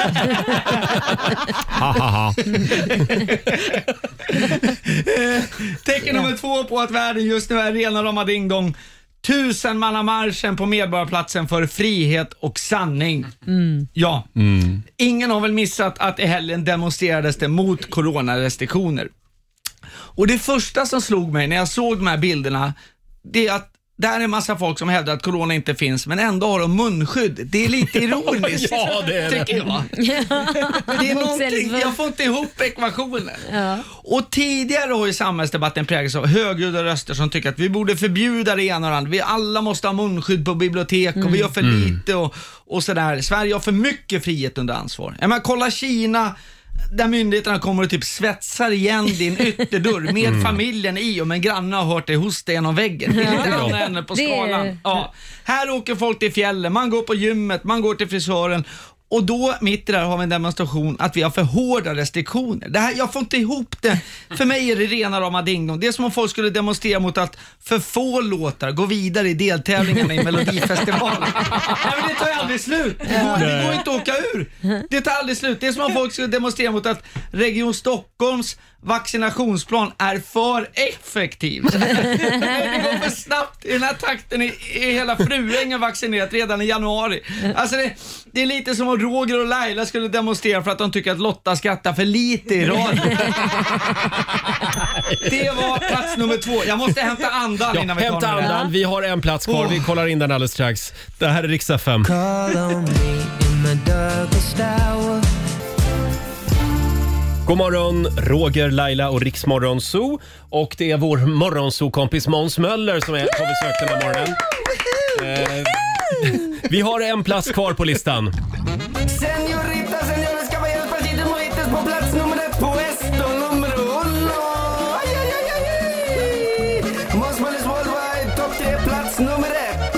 tecken nummer 2 på att världen just nu är rena rama ding-dong. 1000-mannamarschen på Medborgarplatsen för frihet och sanning. Ja. Ingen har väl missat att i helgen demonstrerades det mot coronarestriktioner. Och det första som slog mig när jag såg de här bilderna, det är att där är en massa folk som hävdar att corona inte finns, men ändå har de munskydd. Det är lite ironiskt. Ja, det är det. Tycker jag. Det är någonting, jag får inte ihop ekvationen. Ja. Och tidigare har ju samhällsdebatten präglats av högljudda röster som tycker att vi borde förbjuda det ena och det andra. Vi alla måste ha munskydd på bibliotek och vi gör för lite och sådär. Sverige har för mycket frihet under ansvar. Men kolla Kina, där myndigheterna kommer och typ svetsar igen din ytterdörr med familjen i, om en granne har hört dig hosta genom väggen. Det på skalan. Ja. Här åker folk till fjällen, man går på gymmet, man går till frisören. Och då, mitt i där har vi en demonstration att vi har för hårda restriktioner. Det här, jag får inte ihop det. För mig är det rena rama ding-dong. Det är som om folk skulle demonstrera mot att för få låtar gå vidare i deltävlingarna i Melodifestivalen. Men det tar ju aldrig slut. Det går inte att åka ur. Det tar aldrig slut. Det är som om folk skulle demonstrera mot att Region Stockholms vaccinationsplan är för effektiv. Det går för snabbt. I den här takten är hela Fruängen vaccinerat redan i januari. Alltså det är lite som om Roger och Laila skulle demonstrera för att de tycker att Lotta skrattar för lite i radio. Det var plats nummer 2. Jag måste hämta andan innan vi tar hämta andan. Vi har en plats kvar. Vi kollar in den alldeles strax. Det här är Rix FM. God morgon, Roger, Laila och Rix Morgonzoo. Och det är vår Morgonzoo-kompis Måns Möller som är på besök den här morgonen. Vi har en plats kvar på listan. Señorita, señores, caballeros, partidos mojitos på plats nummer 1 på Esto numero 1. Måns Möllers Worldwide, topp 3, plats nummer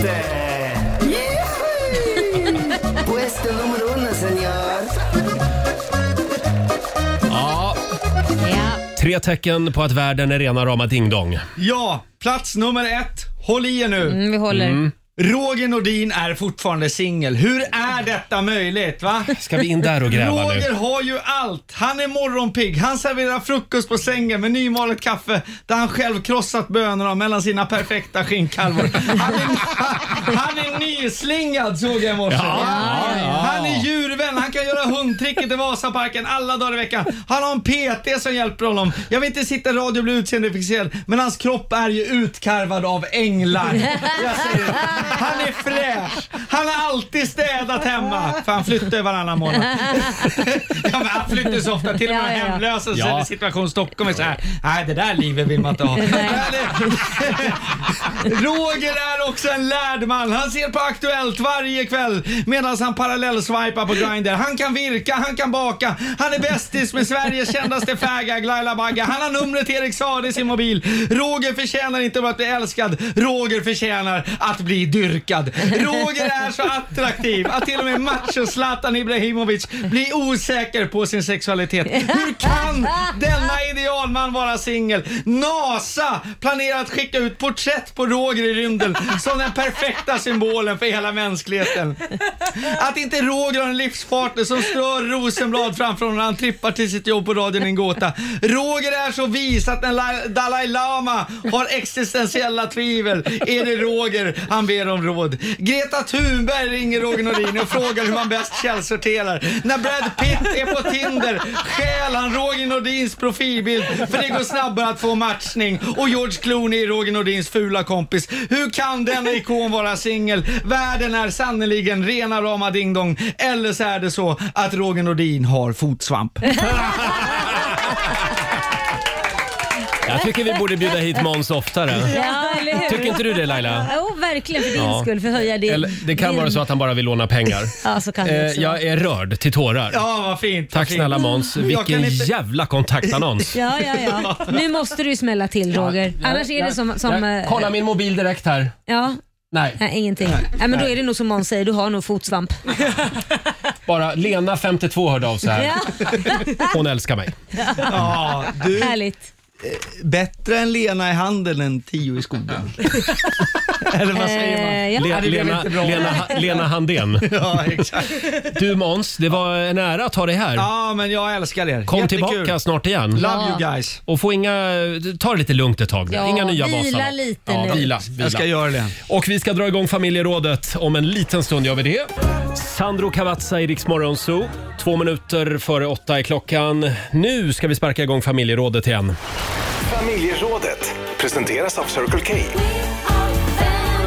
1. På Esto numero 1, señor. 3 tecken på att världen är rena rama ding-dong. Ja, plats nummer 1. Håll i er nu. Vi håller. Roger Nordin är fortfarande singel. Hur är detta möjligt, va? Ska vi in där och gräva nu? Roger har ju allt. Han är morgonpigg. Han serverar frukost på sängen med nymalet kaffe där han själv krossat bönorna mellan sina perfekta skinkkalvor. Han är nyslingad, såg jag i morse. Han är djurvän. Han kan göra hundtricket i Vasaparken alla dagar i veckan. Han har en PT som hjälper honom. Jag vill inte sitta i radio och bli utseendefixerad, men hans kropp är ju utkarvad av änglar. Jag säger det. Han är fräsch. Han har alltid städat hemma. För han flyttar ju varannan månad. Ja, men han flyttar så ofta. Till och med hemlösa. Så är det situation Stockholm är så här. Nej, det där livet vill man inte ha. Roger är också en lärd man. Han ser på Aktuellt varje kväll medan han parallellswipar på Grindr. Han kan virka, han kan baka. Han är bästis med Sveriges kändaste fägag, Laila Bagga. Han har numret till Erik Saade i sin mobil. Roger förtjänar inte bara att bli älskad. Roger förtjänar att bli dyrkad. Roger är så attraktiv att till och med macho Zlatan Ibrahimovic blir osäker på sin sexualitet. Hur kan denna idealman vara singel? NASA planerar att skicka ut porträtt på Roger i rymden som den perfekta symbolen för hela mänskligheten. Att inte Roger har en livspartner som strör rosenblad framför honom när han trippar till sitt jobb på radion i en gåta. Roger är så vis att när Dalai Lama har existentiella tvivel är det Roger han ber om råd. Greta Thunberg ringer Roger Nordin och frågar hur man bäst källsorterar. När Brad Pitt är på Tinder stjäl han Roger Nordins profilbild för det går snabbare att få matchning. Och George Clooney är Roger Nordins fula kompis. Hur kan denna ikon vara singel? Världen är sannoliken rena rama ding-dong. Eller så är det så att Roger Nordin har fotsvamp. Jag tycker vi borde bjuda hit Måns oftare. Ja, eller hur? Tycker inte du det, Laila? Jo, verkligen, för din skull, för att höja det. Eller, det kan vara så att han bara vill låna pengar. Ja, så kan det också. Jag är rörd till tårar. Ja, vad fint. Tack snälla Måns. Vilken jävla kontaktannons. Ja. Nu måste du smälla till, Roger. Annars är det som kolla min mobil direkt här. Ja. Nej, ingenting. Nej, men då är det nog som Måns säger, du har nog fotsvamp. Bara Lena 52 hörde av sig här. Ja. Hon älskar mig. Ja, du... Härligt. Bättre än Lena i handeln än 10 i skogen. Eller vad säger man? Lena Handén. Ja, exakt. Du Måns, det var en ära att ha dig här. Ja, men jag älskar er. Kom Jättekul. tillbaka snart igen. Love you guys. Och få ta det lite lugnt ett tag. Ja, inga nya basar. Vila lite nu. Vila. Jag ska göra det. Och vi ska dra igång familjerådet. Om en liten stund gör vi det. Sandro Cavazza i Rix Morgonzoo. 2 minuter före 8 är klockan. Nu ska vi sparka igång familjerådet igen. Familjerådet presenteras av Circle K.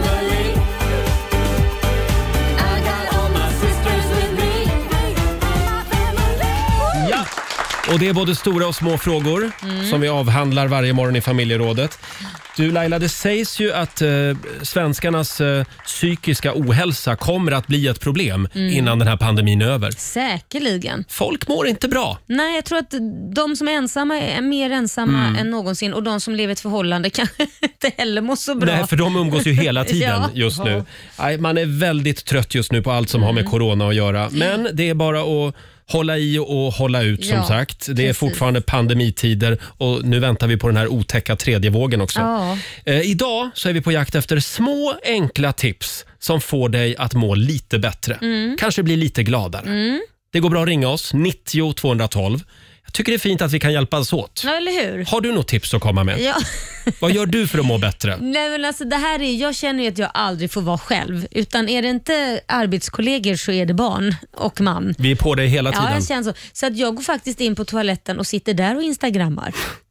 Och det är både stora och små frågor som vi avhandlar varje morgon i familjerådet. Du Laila, det sägs ju att svenskarnas psykiska ohälsa kommer att bli ett problem innan den här pandemin är över. Säkerligen. Folk mår inte bra. Nej, jag tror att de som är ensamma är mer ensamma än någonsin och de som lever i ett förhållande kanske inte heller mår så bra. Nej, för de umgås ju hela tiden just nu. Nej, man är väldigt trött just nu på allt som har med corona att göra. Men det är bara att hålla i och hålla ut som sagt. Det är fortfarande pandemitider och nu väntar vi på den här otäcka tredje vågen också. Idag så är vi på jakt efter små enkla tips som får dig att må lite bättre. Kanske bli lite gladare. Det går bra att ringa oss, 90 212. Jag tycker det är fint att vi kan hjälpas åt. Ja, eller hur? Har du något tips att komma med? Ja. Vad gör du för att må bättre? Nej, men alltså, det här är, jag känner ju att jag aldrig får vara själv. Utan är det inte arbetskollegor så är det barn och man. Vi är på dig hela tiden. Ja, jag känner så. Så att jag går faktiskt in på toaletten och sitter där och instagrammar.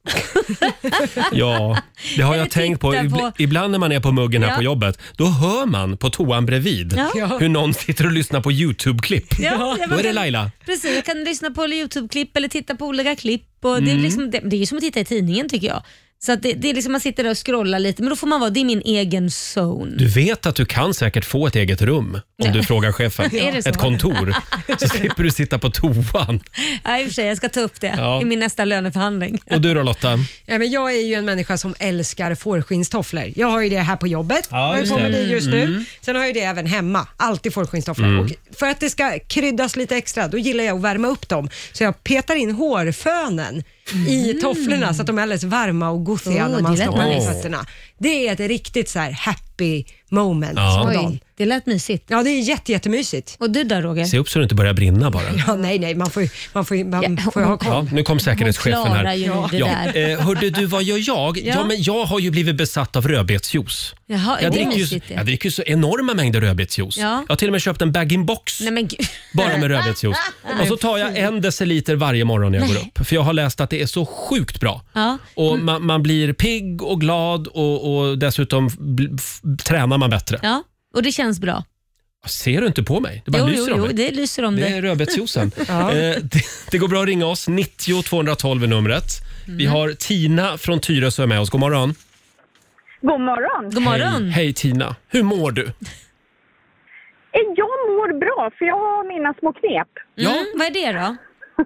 Ja, det har jag tänkt på. Ibland när man är på muggen här på jobbet, då hör man på toan bredvid hur någon sitter och lyssnar på YouTube-klipp. Då är det Laila. Precis, jag kan lyssna på YouTube-klipp eller titta på olika klipp. Och det är liksom, det är som att titta i tidningen tycker jag. Så att det är liksom man sitter där och scrollar lite, men då får man vara, det är min egen zone. Du vet att du kan säkert få ett eget rum om du frågar chefen. Ett kontor. Så slipper du sitta på toan. Ja, i och för sig, jag ska ta upp det i min nästa löneförhandling. Och du då Lotta? Ja, men jag är ju en människa som älskar fårskinnstofflor. Jag har ju det här på jobbet. Ja, jag är på med det just nu. Sen har jag det även hemma. Alltid fårskinnstofflor. Och för att det ska kryddas lite extra, då gillar jag att värma upp dem. Så jag petar in hårfönen i tofflorna så att de är alldeles varma och gosiga när man stoppar i fötterna. Det är ett riktigt så här happy moment. Oj, det lät mysigt. Ja, det är jättemysigt. Och du där Roger? Se upp så du inte börjar brinna bara. Ja, nej, man får ha koll. Ja, nu kom säkerhetschefen här. Hörde du, vad gör jag? Ja, men jag har ju blivit besatt av rödbetsjuice. Jaha, jag dricker ju så enorma mängder rödbetsjuice. Ja. Jag har till och med köpt en bag-in-box bara med rödbetsjuice. Och så tar jag 1 deciliter varje morgon när jag går upp. För jag har läst att det är så sjukt bra. Ja. Och man blir pigg och glad och dessutom tränar man bättre. Ja, och det känns bra. Ser du inte på mig? Det bara lyser om mig. Det lyser om det. Det är rödbetsjuicen. Det går bra att ringa oss. 90 212 är numret. Vi har Tina från Tyresö med oss. God morgon. God morgon. God morgon. Hej Tina. Hur mår du? Jag mår bra för jag har mina små knep. Vad är det då?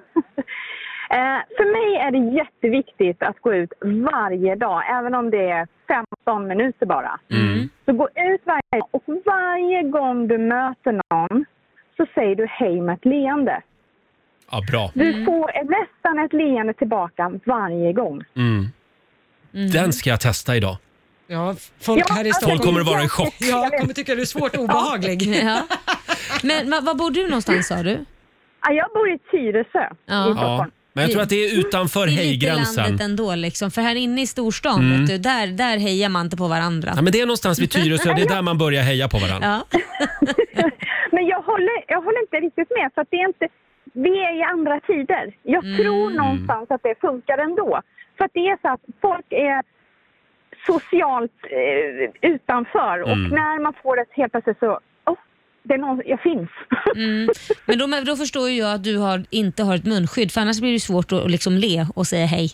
För mig är det jätteviktigt att gå ut varje dag, även om det är 15 minuter bara. Så gå ut varje dag och varje gång du möter någon så säger du hej med ett leende. Ja, bra. Du får nästan ett leende tillbaka varje gång. Den ska jag testa idag. Ja, folk kommer att vara i chock. Ja, kommer tycka det är svårt och obehaglig. Ja. Men var bor du någonstans sa du? Jag bor i Tyresö i Stockholm. Men jag tror att det är utanför hejgränsen. Det är lite landet ändå liksom. För här inne i storstan, vet du, där hejar man inte på varandra. Ja, men det är någonstans vid Tyresö, det är där man börjar heja på varandra. Ja. Men jag håller inte riktigt med, för att det är inte, vi är i andra tider. Jag tror någonstans att det funkar ändå. För att det är så att folk är socialt utanför och när man får ett helt plötsligt så det är någon, jag finns. Men då förstår ju jag att du inte har ett munskydd, för annars blir det svårt att liksom le och säga hej.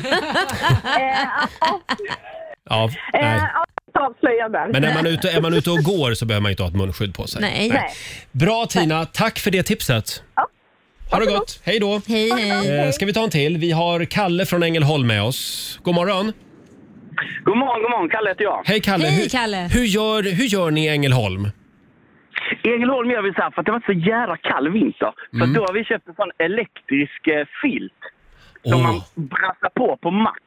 Men är man ute och går så behöver man inte ha ett munskydd på sig. Nej. Bra Tina, tack för det tipset. Ha det gott, hej då. Hej. Ska vi ta en till? Vi har Kalle från Ängelholm med oss. God morgon. God morgon, Kalle heter jag. Hej Kalle. Hej, Kalle. Hur gör ni i Ängelholm? I Ängelholm gör vi så här för att det var så jävla kall vinter. Så då har vi köpt en sån elektrisk filt som man brassar på max.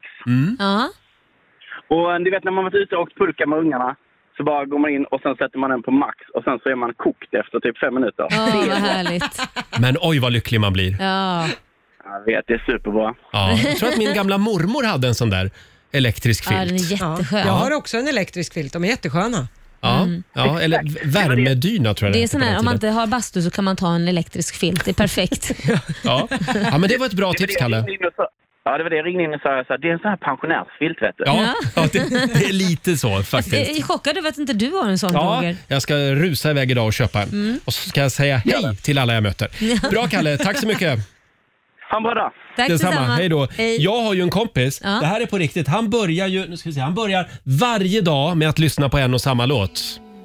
Och du vet när man varit ute och åkt pulka med ungarna så bara går man in och sen sätter man den på max och sen så är man kokt efter typ 5 minuter. Vad härligt. Men oj vad lycklig man blir. Ja. Jag vet, det är superbra. Ja, jag tror att min gamla mormor hade en sån där elektrisk filt. Ja, den är jätteskön. Jag har också en elektrisk filt, de är jättesköna. Ja, eller värmedyna tror jag det är sån här, om man inte har bastu så kan man ta en elektrisk filt, det är perfekt. Ja, men det var ett bra tips Kalle. Ja, det var det jag ringde in och sa, det är en sån här pensionärsfilt vet du. Ja, det är lite så faktiskt. Jag är chockad över att inte du har en sån, Roger. Jag ska rusa iväg idag och köpa en. Och så ska jag säga hej till alla jag möter. Bra Kalle, tack så mycket. Ha en bra dag. Tack Detsamma. Hej då. Hej. Jag har ju en kompis. Ja. Det här är på riktigt. Han börjar varje dag med att lyssna på en och samma låt.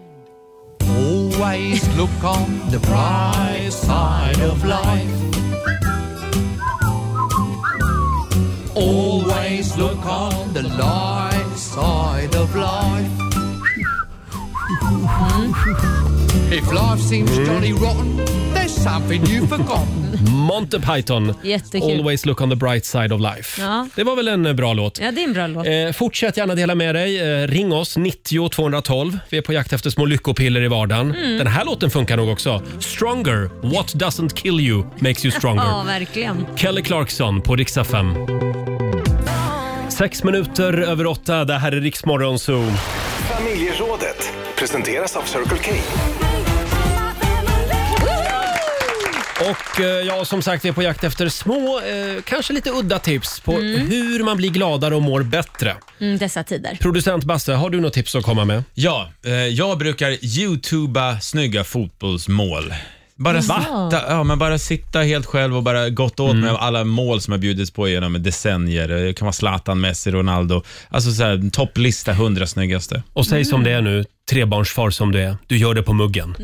Always look on the bright side of life. Always look on the light side of life. If life seems jolly rotten, there's something you've forgotten. Monty Python. Jättekul. Always look on the bright side of life. Ja. Det var väl en bra låt. Ja, det är en bra låt. Fortsätt gärna dela med dig. Ring oss 90 212. Vi är på jakt efter små lyckopiller i vardagen. Den här låten funkar nog också. Stronger. What doesn't kill you makes you stronger. Ja, verkligen. Kelly Clarkson på Rix FM. 6 minuter över 8. Det här är Rix Morgon Zoo. Familjerådet presenteras av Circle K. Och ja, som sagt, vi är på jakt efter små, kanske lite udda tips på hur man blir gladare och mår bättre. Dessa tider. Producent Basse, har du något tips att komma med? Ja, jag brukar YouTuba snygga fotbollsmål. Bara sitta helt själv och bara gått åt med alla mål som har bjudits på genom decennier. Det kan vara Zlatan, Messi, Ronaldo. Alltså så här, topplista 100 snyggaste. Och säg som det är nu, trebarnsfar som du är. Du gör det på muggen.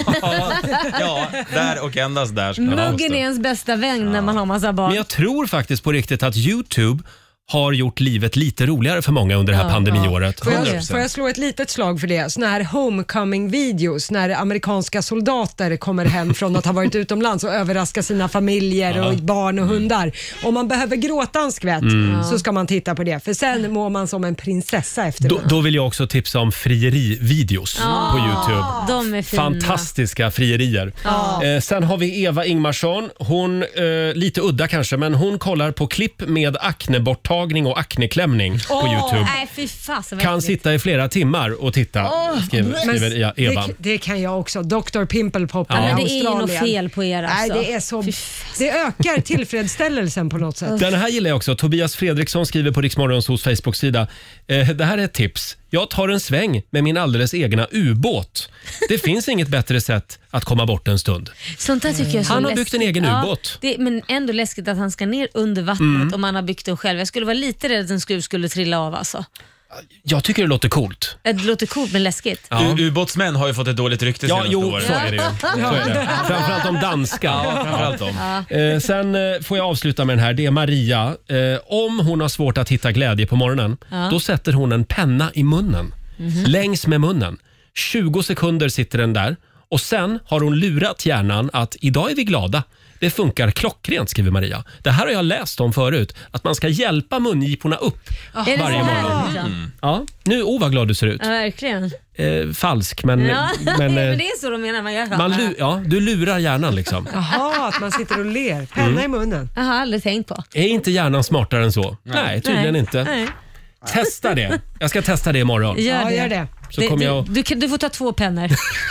Ja, där och endast där. Muggen är ens bästa vän när man har massa barn. Men jag tror faktiskt på riktigt att YouTube har gjort livet lite roligare för många under det här pandemiåret. Får jag slå ett litet slag för det? Såna här homecoming-videos när amerikanska soldater kommer hem från att ha varit utomlands och överraskar sina familjer och barn och hundar. Om man behöver gråta en skvätt så ska man titta på det. För sen mår man som en prinsessa efteråt. Då vill jag också tipsa om frieri-videos på YouTube. De är fina. Fantastiska frierier. Sen har vi Eva Ingmarsson. Hon, lite udda kanske, men hon kollar på klipp med akneborttagning och akneklämning på YouTube. Nej, fy fasen, Kan sitta i flera timmar och titta, skriver Eva. Det kan jag också. Dr. Pimple Popper i Det är Australien. något fel på er alltså. Nej, det är så... Det ökar tillfredsställelsen på något sätt. Den här gillar jag också. Tobias Fredriksson skriver på Rix Morgonzoos Facebook-sida. Det här är ett tips. Jag tar en sväng med min alldeles egna ubåt. Det finns inget bättre sätt att komma bort en stund. Sånt där tycker jag är så Han har byggt en egen ubåt. Men ändå läskigt att han ska ner under vattnet om han har byggt den själv. Jag skulle vara lite rädd att en skruv skulle trilla av alltså. Jag tycker det låter coolt. Det låter coolt men läskigt. Ubåtsmän har ju fått ett dåligt rykte senaste året. Så är det ju. Så är det. Framförallt de danska. Framförallt de. Sen får jag avsluta med den här. Det är Maria. Om hon har svårt att hitta glädje på morgonen, då sätter hon en penna i munnen. Längs med munnen. 20 sekunder sitter den där. Och sen har hon lurat hjärnan att idag är vi glada. Det funkar klockrent, skriver Maria. Det här har jag läst om förut. Att man ska hjälpa mungiporna upp varje morgon. Ja. Nu, vad glad du ser ut. Ja, verkligen. Falsk, men... men det är så de menar man gör. Du lurar hjärnan liksom. Jaha, att man sitter och ler. Penna i munnen. Jag har aldrig tänkt på. Är inte hjärnan smartare än så? Nej, tydligen inte. Nej. Testa det. Jag ska testa det imorgon. Gör det. Så kommer jag... Du får ta 2 pennor.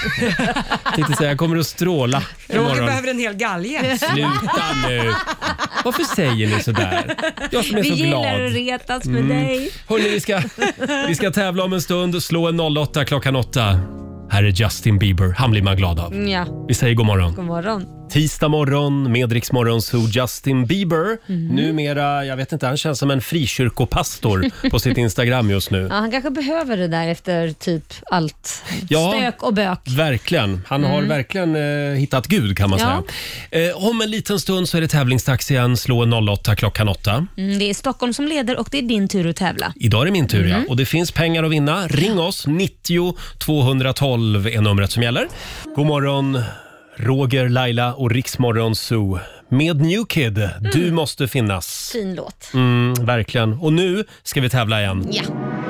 Jag kommer att stråla imorgon. Roger behöver en hel galge. Sluta nu. Varför säger ni sådär? Jag som är vi så glad. Vi gillar att retas med dig. Hörrni, vi ska tävla om en stund. Slå en 08 klockan 8. Här är Justin Bieber. Han blir man glad av. Ja. Vi säger god morgon. God morgon. Tisdag morgon med Rix Morgon Zoo. Justin Bieber. Numera, jag vet inte, han känns som en frikyrkopastor på sitt Instagram just nu. Ja, han kanske behöver det där efter typ allt stök och bök. Verkligen. Han har verkligen hittat Gud, kan man säga. Om en liten stund så är det tävlingsdags igen. Slå en 08 klockan 8. Det är Stockholm som leder och det är din tur att tävla. Idag är det min tur, ja. Och det finns pengar att vinna. Ring oss. 90 212 är numret som gäller. God morgon, Roger, Laila och Rix Morgon Zoo. Med New Kid, Du måste finnas. Fin låt. Verkligen. Och nu ska vi tävla igen. Ja.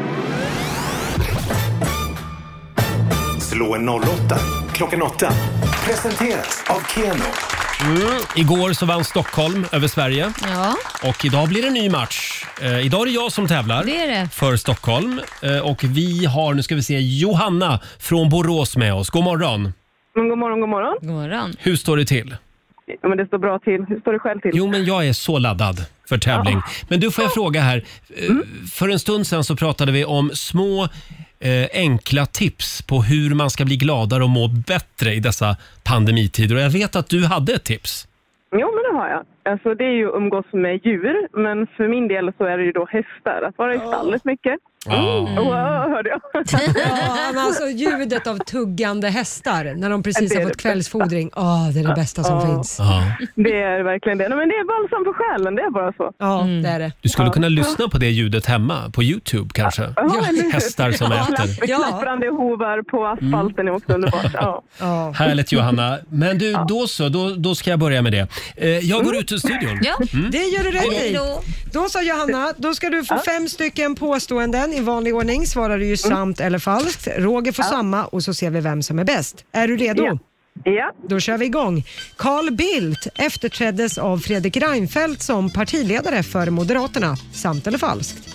Slå en 08 klockan 8. Presenteras av Keno. Igår så vann Stockholm över Sverige. Ja. Och idag blir det en ny match. Idag är det jag som tävlar det är det. För Stockholm. Och vi har, nu ska vi se, Johanna från Borås med oss. God morgon. God morgon, god morgon. God morgon. Hur står det till? Ja, men det står bra till. Hur står det själv till? Jo, men jag är så laddad för tävling. Men du, får jag fråga här. För en stund sedan så pratade vi om små enkla tips på hur man ska bli gladare och må bättre i dessa pandemitider. Och jag vet att du hade ett tips. Jo, men det har jag. Alltså det är ju umgås med djur, men för min del så är det ju då hästar. Att vara i stallet mycket. Hörde jag. Ja, alltså ljudet av tuggande hästar när de precis har fått kvällsfodring. Det är det bästa som finns. Det är verkligen det. Men det är balsam för själen, det är bara så. Ja, det är det. Du skulle kunna lyssna på det ljudet hemma på YouTube kanske. Hästar som äter. Klapprande hovar på asfalten är också underbart. Härligt Johanna. Men du, då ska jag börja med det. Jag går ut ur studion. Ja, det gör du rätt i. Då sa Johanna, då ska du få 5 stycken påståenden i vanlig ordning. Svarar du ju sant eller falskt. Roger får samma och så ser vi vem som är bäst. Är du redo? Ja. Då kör vi igång. Carl Bildt efterträddes av Fredrik Reinfeldt som partiledare för Moderaterna. Sant eller falskt?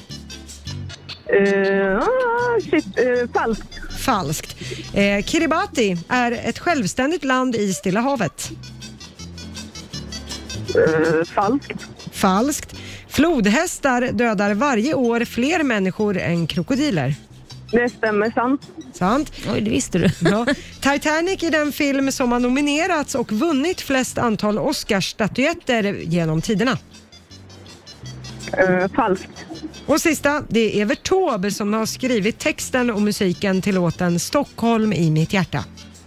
Falskt. Falskt. Kiribati är ett självständigt land i Stilla havet. Falskt. Falskt. Flodhästar dödar varje år fler människor än krokodiler. Det stämmer, sant. Sant. Oj, det visste du. Ja. Titanic är den film som har nominerats och vunnit flest antal Oscarsstatyetter genom tiderna. Falskt. Och sista, det är Evert Taube som har skrivit texten och musiken till låten Stockholm i mitt hjärta.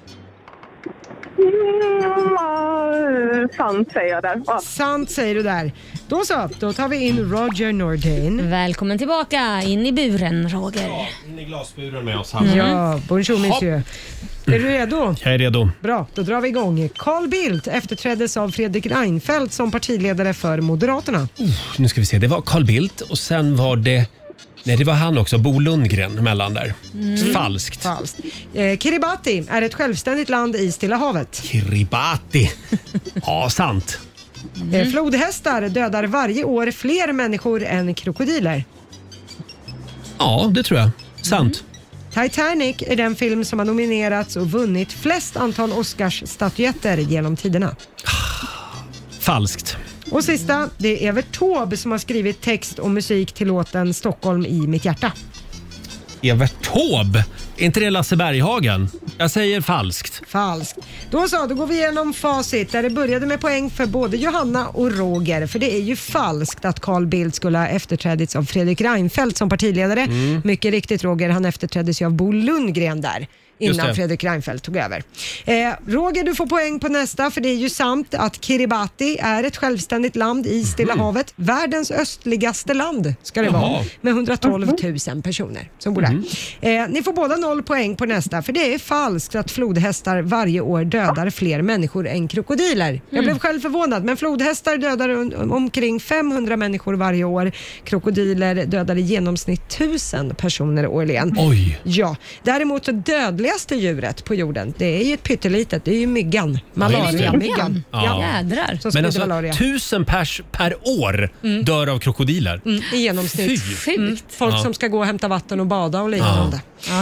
Sant säger jag där. Sant säger du där. Då tar vi in Roger Nordin. Välkommen tillbaka in i buren, Roger. In i glasburen med oss här. Ja, bonjour monsieur. Är du redo? Jag är redo. Bra, då drar vi igång. Carl Bildt efterträddes av Fredrik Reinfeldt som partiledare för Moderaterna. Nu ska vi se, det var Carl Bildt och sen var det... Nej, det var han också, Bo Lundgren mellan där. Falskt. Falskt. Kiribati är ett självständigt land i Stilla havet. Kiribati. Ja, sant. Flodhästar dödar varje år fler människor än krokodiler. Ja, det tror jag. Sant. Titanic är den film som har nominerats och vunnit flest antal Oscarsstatyetter genom tiderna. Falskt. Och sista, det är Evert Taube som har skrivit text och musik till låten Stockholm i mitt hjärta. Evert Taube? Är inte det Lasse Berghagen? Jag säger falskt. Falskt. Då går vi igenom facit där det började med poäng för både Johanna och Roger. För det är ju falskt att Carl Bildt skulle ha efterträdits av Fredrik Reinfeldt som partiledare. Mycket riktigt Roger, han efterträddes ju av Bo Lundgren där. Innan Fredrik Reinfeldt tog över. Roger, du får poäng på nästa för det är ju sant att Kiribati är ett självständigt land i Stilla havet. Världens östligaste land ska det vara. Med 112 000 personer som bor där. Ni får båda 0 poäng på nästa för det är falskt att flodhästar varje år dödar fler människor än krokodiler. Jag blev själv förvånad men flodhästar dödar omkring 500 människor varje år. Krokodiler dödar i genomsnitt 1000 personer årligen. Oj! Ja, däremot så dödligaste djuret på jorden, det är ju ett pyttelitet, det är ju myggan. Malaria-myggan. Jädrar. Men alltså malaria. 1000 pers per år dör av krokodiler. I genomsnitt. Folk som ska gå och hämta vatten och bada och liknande.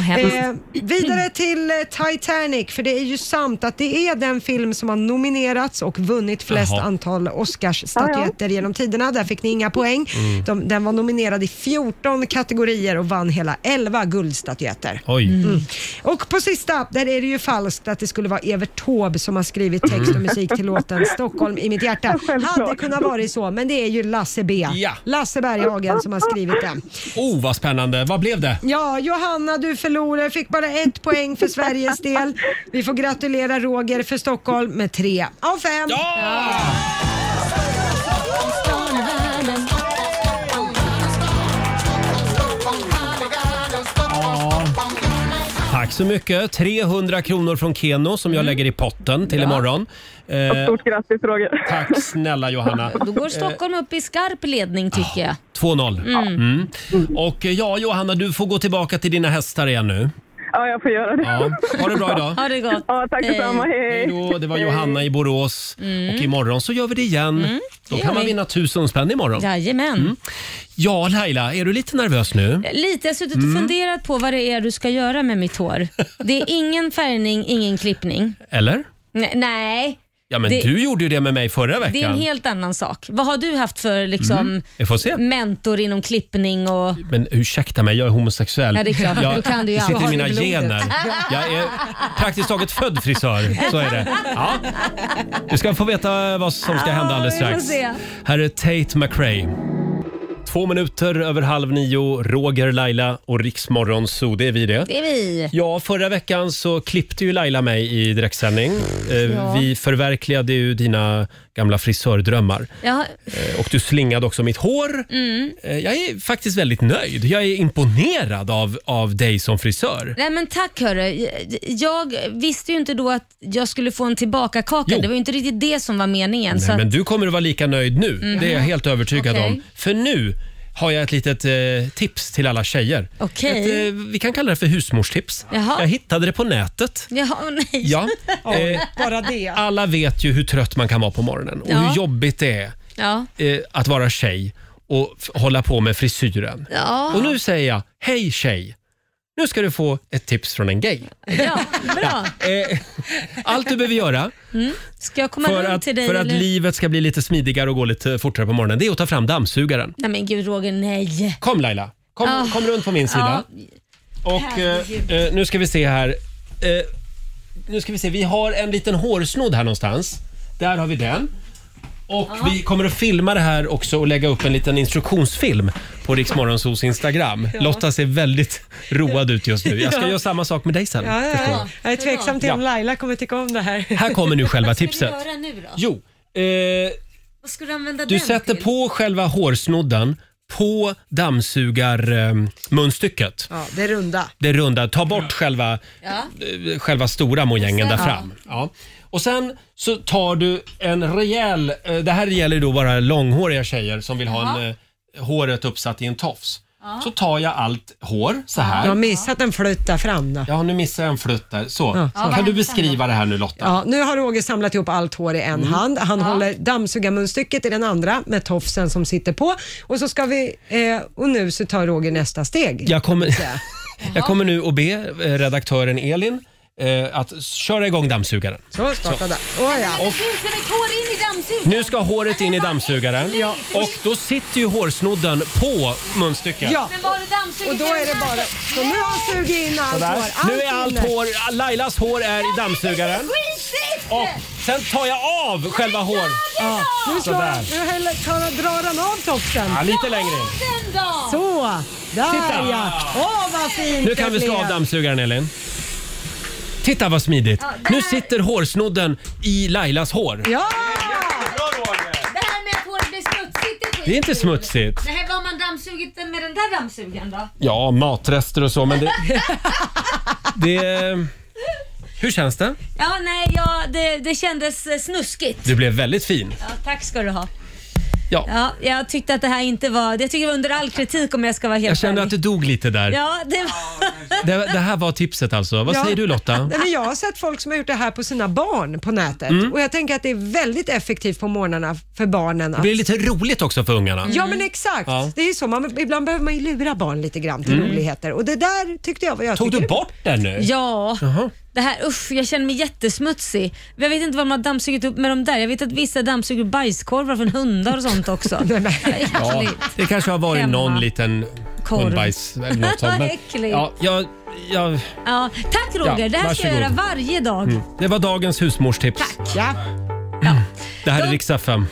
Vidare till Titanic, för det är ju sant att det är den film som har nominerats och vunnit flest antal Oscarsstatyetter genom tiderna. Där fick ni inga poäng. Den var nominerad i 14 kategorier och vann hela 11 guldstatyetter. Och på sista, där är det ju falskt att det skulle vara Evert Taube som har skrivit text och musik till låten Stockholm i mitt hjärta. Hade kunnat vara så, men det är ju Lasse B. Lasse Berghagen som har skrivit den. Vad spännande. Vad blev det? Ja, Johanna, du förlorar. Fick bara 1 poäng för Sveriges del. Vi får gratulera Roger för Stockholm med 3 av 5. Ja! Tack så mycket. 300 kronor från Keno som jag lägger i potten till imorgon. Stort grattis Roger. Tack snälla Johanna. Då går Stockholm upp i skarp ledning tycker jag. 2-0. Och Johanna, du får gå tillbaka till dina hästar igen nu. Ja, jag får göra det. Ha det bra idag. Ha det gott. Ja, tack detsamma. Hej. Då, det var Johanna i Borås. Och imorgon så gör vi det igen. Då kan man vinna 1000 spänn imorgon. Jajamän. Ja, Laila, är du lite nervös nu? Lite. Jag har suttit och funderat på vad det är du ska göra med mitt hår. Det är ingen färgning, ingen klippning. Eller? Nej. Ja, men du gjorde ju det med mig förra veckan. Det är en helt annan sak. Vad har du haft för Jag får se. mentor inom klippning och... Men ursäkta mig, jag är homosexuell. Ja, det är klart. Då kan du ju det sitter i allt. mina gener. Jag är praktiskt taget född frisör. Så är det. Ja. Du ska få veta vad som ska hända alldeles strax. Här är Tate McRae. 2 minuter över 8:30. Roger, Laila och Riksmorgon Zoo. Det är vi det. Det är vi. Ja, förra veckan så klippte ju Laila mig i direktsändning. Vi förverkligade ju dina gamla frisördrömmar. Ja. Och du slingade också mitt hår. Jag är faktiskt väldigt nöjd. Jag är imponerad av dig som frisör. Nej men tack hörru. Jag visste ju inte då att jag skulle få en tillbakakaka. Det var ju inte riktigt det som var meningen. Nej, så men du kommer att vara lika nöjd nu. Det är jag helt övertygad Okej. om. För nu har jag ett litet tips till alla tjejer. Okej. Vi kan kalla det för husmorstips. Jaha. Jag hittade det på nätet. Jaha, nej. Ja. Bara det. Alla vet ju hur trött man kan vara på morgonen och hur jobbigt det är att vara tjej och hålla på med frisyren. Ja. Och nu säger jag, hej tjej. Nu ska du få ett tips från en gay. Ja, bra. Allt du behöver göra Ska jag komma runt till dig? för att eller? livet ska bli lite smidigare och gå lite fortare på morgonen, det är att ta fram dammsugaren. Nej men gud Roger, nej. Kom Laila, kom runt på min sida. Och nu ska vi se här. Nu ska vi se, vi har en liten hårsnodd här någonstans. Där har vi den. Och vi kommer att filma det här också och lägga upp en liten instruktionsfilm på Riksmorgonsos Instagram. Lotta ser väldigt road ut just nu. Jag ska göra samma sak med dig sen. Ja. Jag är tveksam till om Laila kommer tycka om det här. Här kommer nu själva tipset. Vad ska du göra nu då? Jo, Vad ska du använda du den sätter till? på själva hårsnodden på dammsugarmunstycket. Ja, det är runda. Det runda. Ta bort själva stora mojängen där fram. Ja. Och sen så tar du en rejäl... Det här gäller ju då bara långhåriga tjejer som vill ha håret uppsatt i en tofs. Så tar jag allt hår så här. Du har missat en flutt där fram då. Ja, nu missar jag en flutt där. Så. Kan du beskriva det här nu Lotta? Ja, nu har Roger samlat ihop allt hår i en hand. Han håller dammsugarmunstycket i den andra med tofsen som sitter på. Och så ska vi... och nu så tar Roger nästa steg. Jag kommer nu att be redaktören Elin att köra igång dammsugaren. Så, starta där. Och Nu ska håret in i dammsugaren. Ja. Och då sitter ju hårsnodden på munstycket. Ja. Men var det dammsugaren? Och då är det bara... Så nu har han sugit in allt hår. Nu är allt hår, Lailas hår är i dammsugaren. Och sen tar jag av själva hår. Ja. Nu drar han av tofsen. Ja, lite längre in. Så, där Titta. ja. Vad fint. Nu kan vi slå av dammsugaren, Elin. Titta vad smidigt. Nu sitter hårsnodden i Lailas hår. Ja! Det här med att håret blir smutsigt. Det är inte smutsigt. Nej, vad har man dammsugit med den där dammsugaren då? Ja, matrester och så, men hur känns det? Ja, det kändes snuskigt. Du blev väldigt fin. Ja, tack ska du ha. Ja. Jag tyckte att det här inte var... Jag tycker det var under all kritik om jag ska vara helt Jag kände ärlig. att det dog lite där. Ja, Det här var tipset alltså. Vad säger du Lotta? Nej, men jag har sett folk som har gjort det här på sina barn på nätet. Och jag tänker att det är väldigt effektivt på morgnarna för barnen. Det blir lite roligt också för ungarna. Ja men exakt. Ja. Det är så. Ibland behöver man ju lura barn lite grann till roligheter. Och det där tyckte jag... Tog du bort den nu? Ja. Det här, jag känner mig jättesmutsig. Jag vet inte vad man har dammsugit upp med de där. Jag vet att vissa dammsuger bajskorvar från hundar och sånt också. Ja, det kanske har varit någon liten hundbajs eller något sånt. Men, äckligt. Ja, tack Roger, det här ska jag göra varje dag. Det var dagens husmorstips. Tack. Ja. Det här är Rix FM.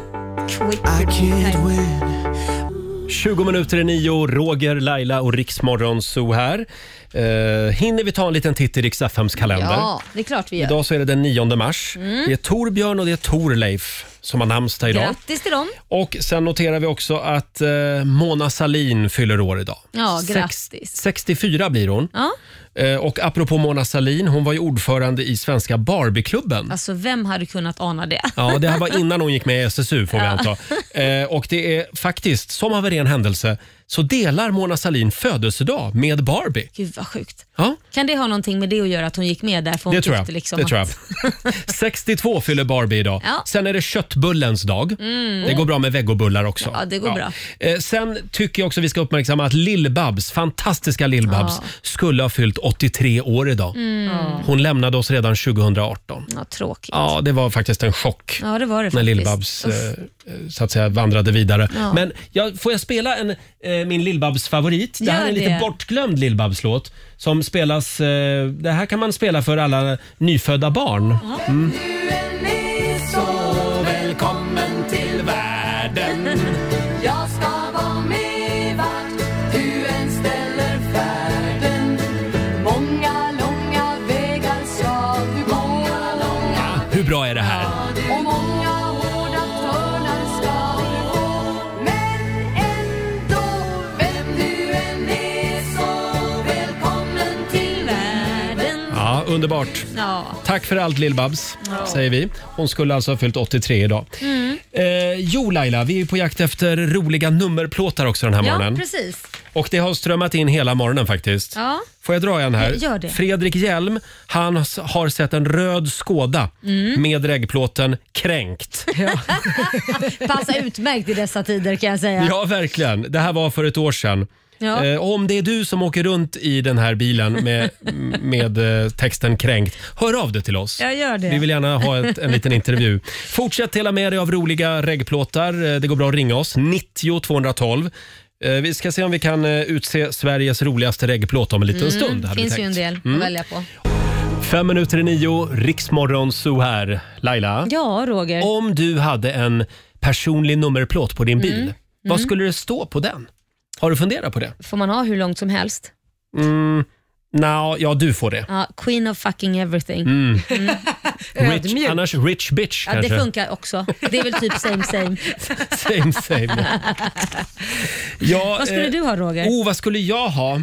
20 minuter i 9, Roger, Laila och Riksmorgon Zoo här. Hinner vi ta en liten titt i Rix FMs kalender? Ja, det är klart vi gör. Idag så är det den 9 mars. Det är Torbjörn och det är Torleif som har namnsdag idag. Grattis till dem. Och sen noterar vi också att Mona Sahlin fyller år idag. Ja, grattis. 64 blir hon. Ja. Och apropå Mona Sahlin, hon var ju ordförande i Svenska Barbieklubben. Alltså vem hade kunnat ana det? Ja, det här var innan hon gick med i SSU får vi anta. Och det är faktiskt, som av en ren händelse, så delar Mona Sahlin födelsedag med Barbie. Gud vad sjukt. Ja. Kan det ha någonting med det att göra att hon gick med där? För hon Det tror jag. tyckte liksom Det tror att... jag. 62 fyller Barbie idag. Ja. Sen är det köttbullens dag. Det går bra med vegobullar också. Ja, det går bra. Sen tycker jag också vi ska uppmärksamma att Lill-Babs, fantastiska Lill-Babs, skulle ha fyllt 83 år idag. Hon lämnade oss redan 2018. Ja, tråkigt. Ja, det var faktiskt en chock. Ja, det var det när faktiskt. Lill-Babs så att säga vandrade vidare. Ja. Men får jag spela min Lill-Babs favorit? Det här är en lite bortglömd Lill-Babs-låt som spelas. Det här kan man spela för alla nyfödda barn. Mm. Du är så välkommen till världen. Jag ska vara med vart du än ställer färden. Många långa vägar ska du gå. Hur bra är det här? Och många hårda törnar ska du gå. Men ändå, vem du än är så välkommen till världen. Ja, underbart. Ja. Tack för allt Lill-Babs, säger vi. Hon skulle alltså ha fyllt 83 idag. Jo Laila, vi är på jakt efter roliga nummerplåtar också den här morgonen. Ja, precis. Och det har strömmat in hela morgonen faktiskt. Ja. Får jag dra en här? Gör det. Fredrik Hjelm, han har sett en röd Skoda med reggplåten Kränkt. Passa utmärkt i dessa tider kan jag säga. Ja, verkligen. Det här var för ett år sedan. Ja. Om det är du som åker runt i den här bilen med texten Kränkt, hör av dig till oss. Jag gör det. Vi vill gärna ha en liten intervju. Fortsätt dela med dig av roliga reggplåtar. Det går bra att ringa oss. 90 212. Vi ska se om vi kan utse Sveriges roligaste reggplåt om en liten stund. Det finns ju en del att välja på. 8:05, Riksmorgon så här. Laila, Ja, Roger. om du hade en personlig nummerplåt på din bil, vad skulle det stå på den? Har du funderat på det? Får man ha hur långt som helst? Ja, du får det. Ja, Queen of fucking everything. Annars rich bitch Ja, kanske. det funkar också. Det är väl typ same. Same. Ja, Vad skulle du ha, Roger? vad skulle jag ha?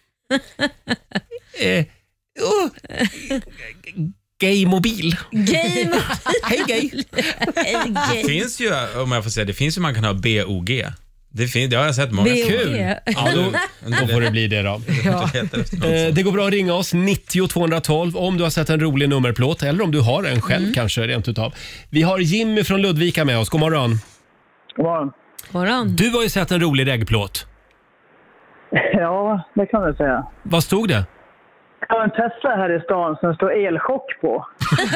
Gaymobil. Game. Hej gay. Det finns ju, om jag får säga, det finns ju man kan ha BOG. Det har jag sett många. BOG. Kul. Ja, då får det bli det då. Det går bra att ringa oss 90 212 om du har sett en rolig nummerplåt eller om du har en själv kanske rent utav. Vi har Jimmy från Ludvika med oss. God morgon. God morgon. Morgon. Du har ju sett en rolig reggplåt. Ja, det kan jag säga. Vad stod det? Jag har en Tesla här i stan som står elchock på.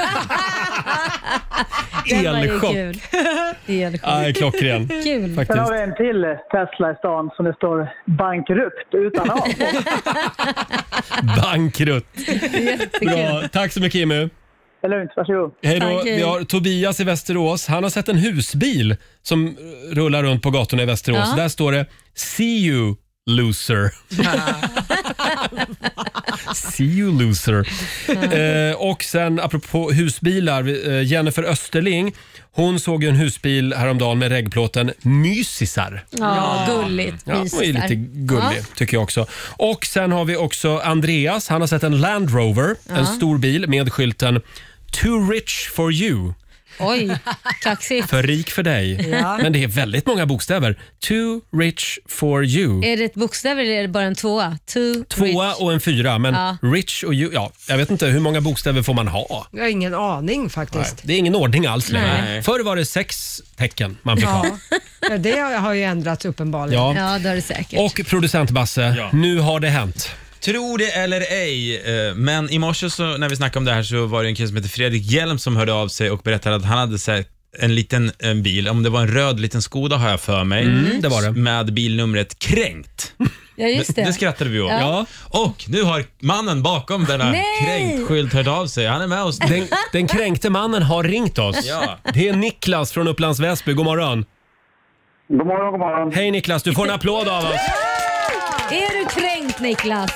Elchock. Elchock. Klockren. Kul. Sen har vi en till Tesla i stan som det står bankrupt utan av. Bankrutt. Bra. Tack så mycket Jimmy. Det är lugnt, varsågod. Hej då. Tack, hej. Vi har Tobias i Västerås. Han har sett en husbil som rullar runt på gatorna i Västerås. Ja. Där står det "See you loser". See you loser. Och sen apropå husbilar, Jennifer Österling, hon såg ju en husbil häromdagen med reggplåten Mysisar. Ja, gulligt. Ja, hon är lite gullig tycker jag också. Och sen har vi också Andreas, han har sett en Land Rover, en stor bil med skylten "Too rich for you". Oj, kaxigt. För rik för dig. Ja. Men det är väldigt många bokstäver. Too rich for you. Är det ett bokstäv eller är det bara en tvåa? Tvåa och en 4, men rich och you, jag vet inte hur många bokstäver får man ha. Jag har ingen aning faktiskt. Nej, det är ingen ordning alls längre. Nej. Förr var det 6 tecken man fick ha. Ja, det har ju ändrats uppenbarligen. Ja. Ja, det har det säkert. Och producent Basse, nu har det hänt. Tro det eller ej, men i morse så, när vi snackade om det här så var det en kille som heter Fredrik Hjelm som hörde av sig och berättade att han hade sett en liten bil, om det var en röd liten Skoda har jag för mig, det var det. med bilnumret Kränkt. Ja, just det. Det skrattade vi åt. Ja. Och nu har mannen bakom denna Kränkt-skylt hört av sig. Han är med oss. Den kränkte mannen har ringt oss. Ja. Det är Niklas från Upplands Väsby. God morgon. God morgon, god morgon. Hej Niklas, du får en applåd av oss. Är du kränkt, Niklas?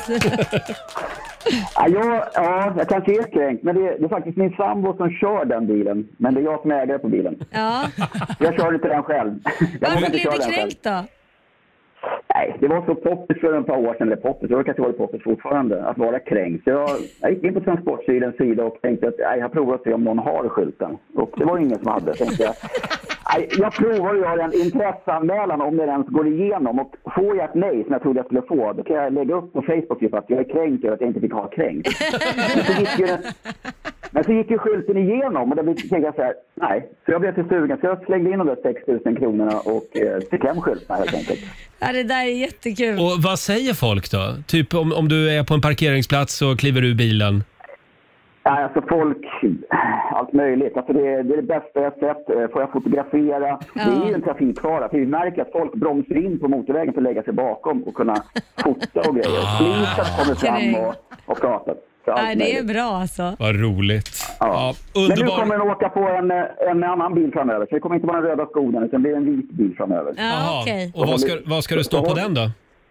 Jag kanske är kränkt, men det är faktiskt min sambo som kör den bilen. Men det är jag som är ägare på bilen. Ja. Jag kör inte den själv. Varför blev du kränkt då? Nej, det var så poppis för ett par år sedan, eller poppis, jag kanske var det poppis fortfarande, att vara kränkt. Så jag gick in på Transportstyrelsens sida och tänkte att jag provar att se om någon har skylten. Och det var ingen som hade, tänkte jag. Nej, jag provar att göra en intresseanmälan om det ens går igenom. Och får jag ett nej som jag trodde jag skulle få, då kan jag lägga upp på Facebook typ att jag är kränkt över att jag inte fick ha kränkt. Men så gick ju skylten igenom och då tänkte jag så här, nej. Så jag blev till sugen, så jag slängde in de där 6 000 kronorna och fick hem skylten helt enkelt. Ja, det där är jättekul. Och vad säger folk då? Typ om du är på en parkeringsplats och kliver ur bilen? Ja, alltså folk, allt möjligt. Alltså det är det bästa jag sett. Får jag fotografera? Ja. Det är ju en trafikfara. För vi märker att folk bromsar in på motorvägen för att lägga sig bakom och kunna fota och grejer. Polisen kommer fram och pratar. Nej, det är bra alltså. Vad roligt. Ja. Men nu kommer den åka på en annan bil framöver. Så det kommer inte vara en röda skoden utan det blir en vit bil framöver. Ja, okej. Och vad ska det stå på den då?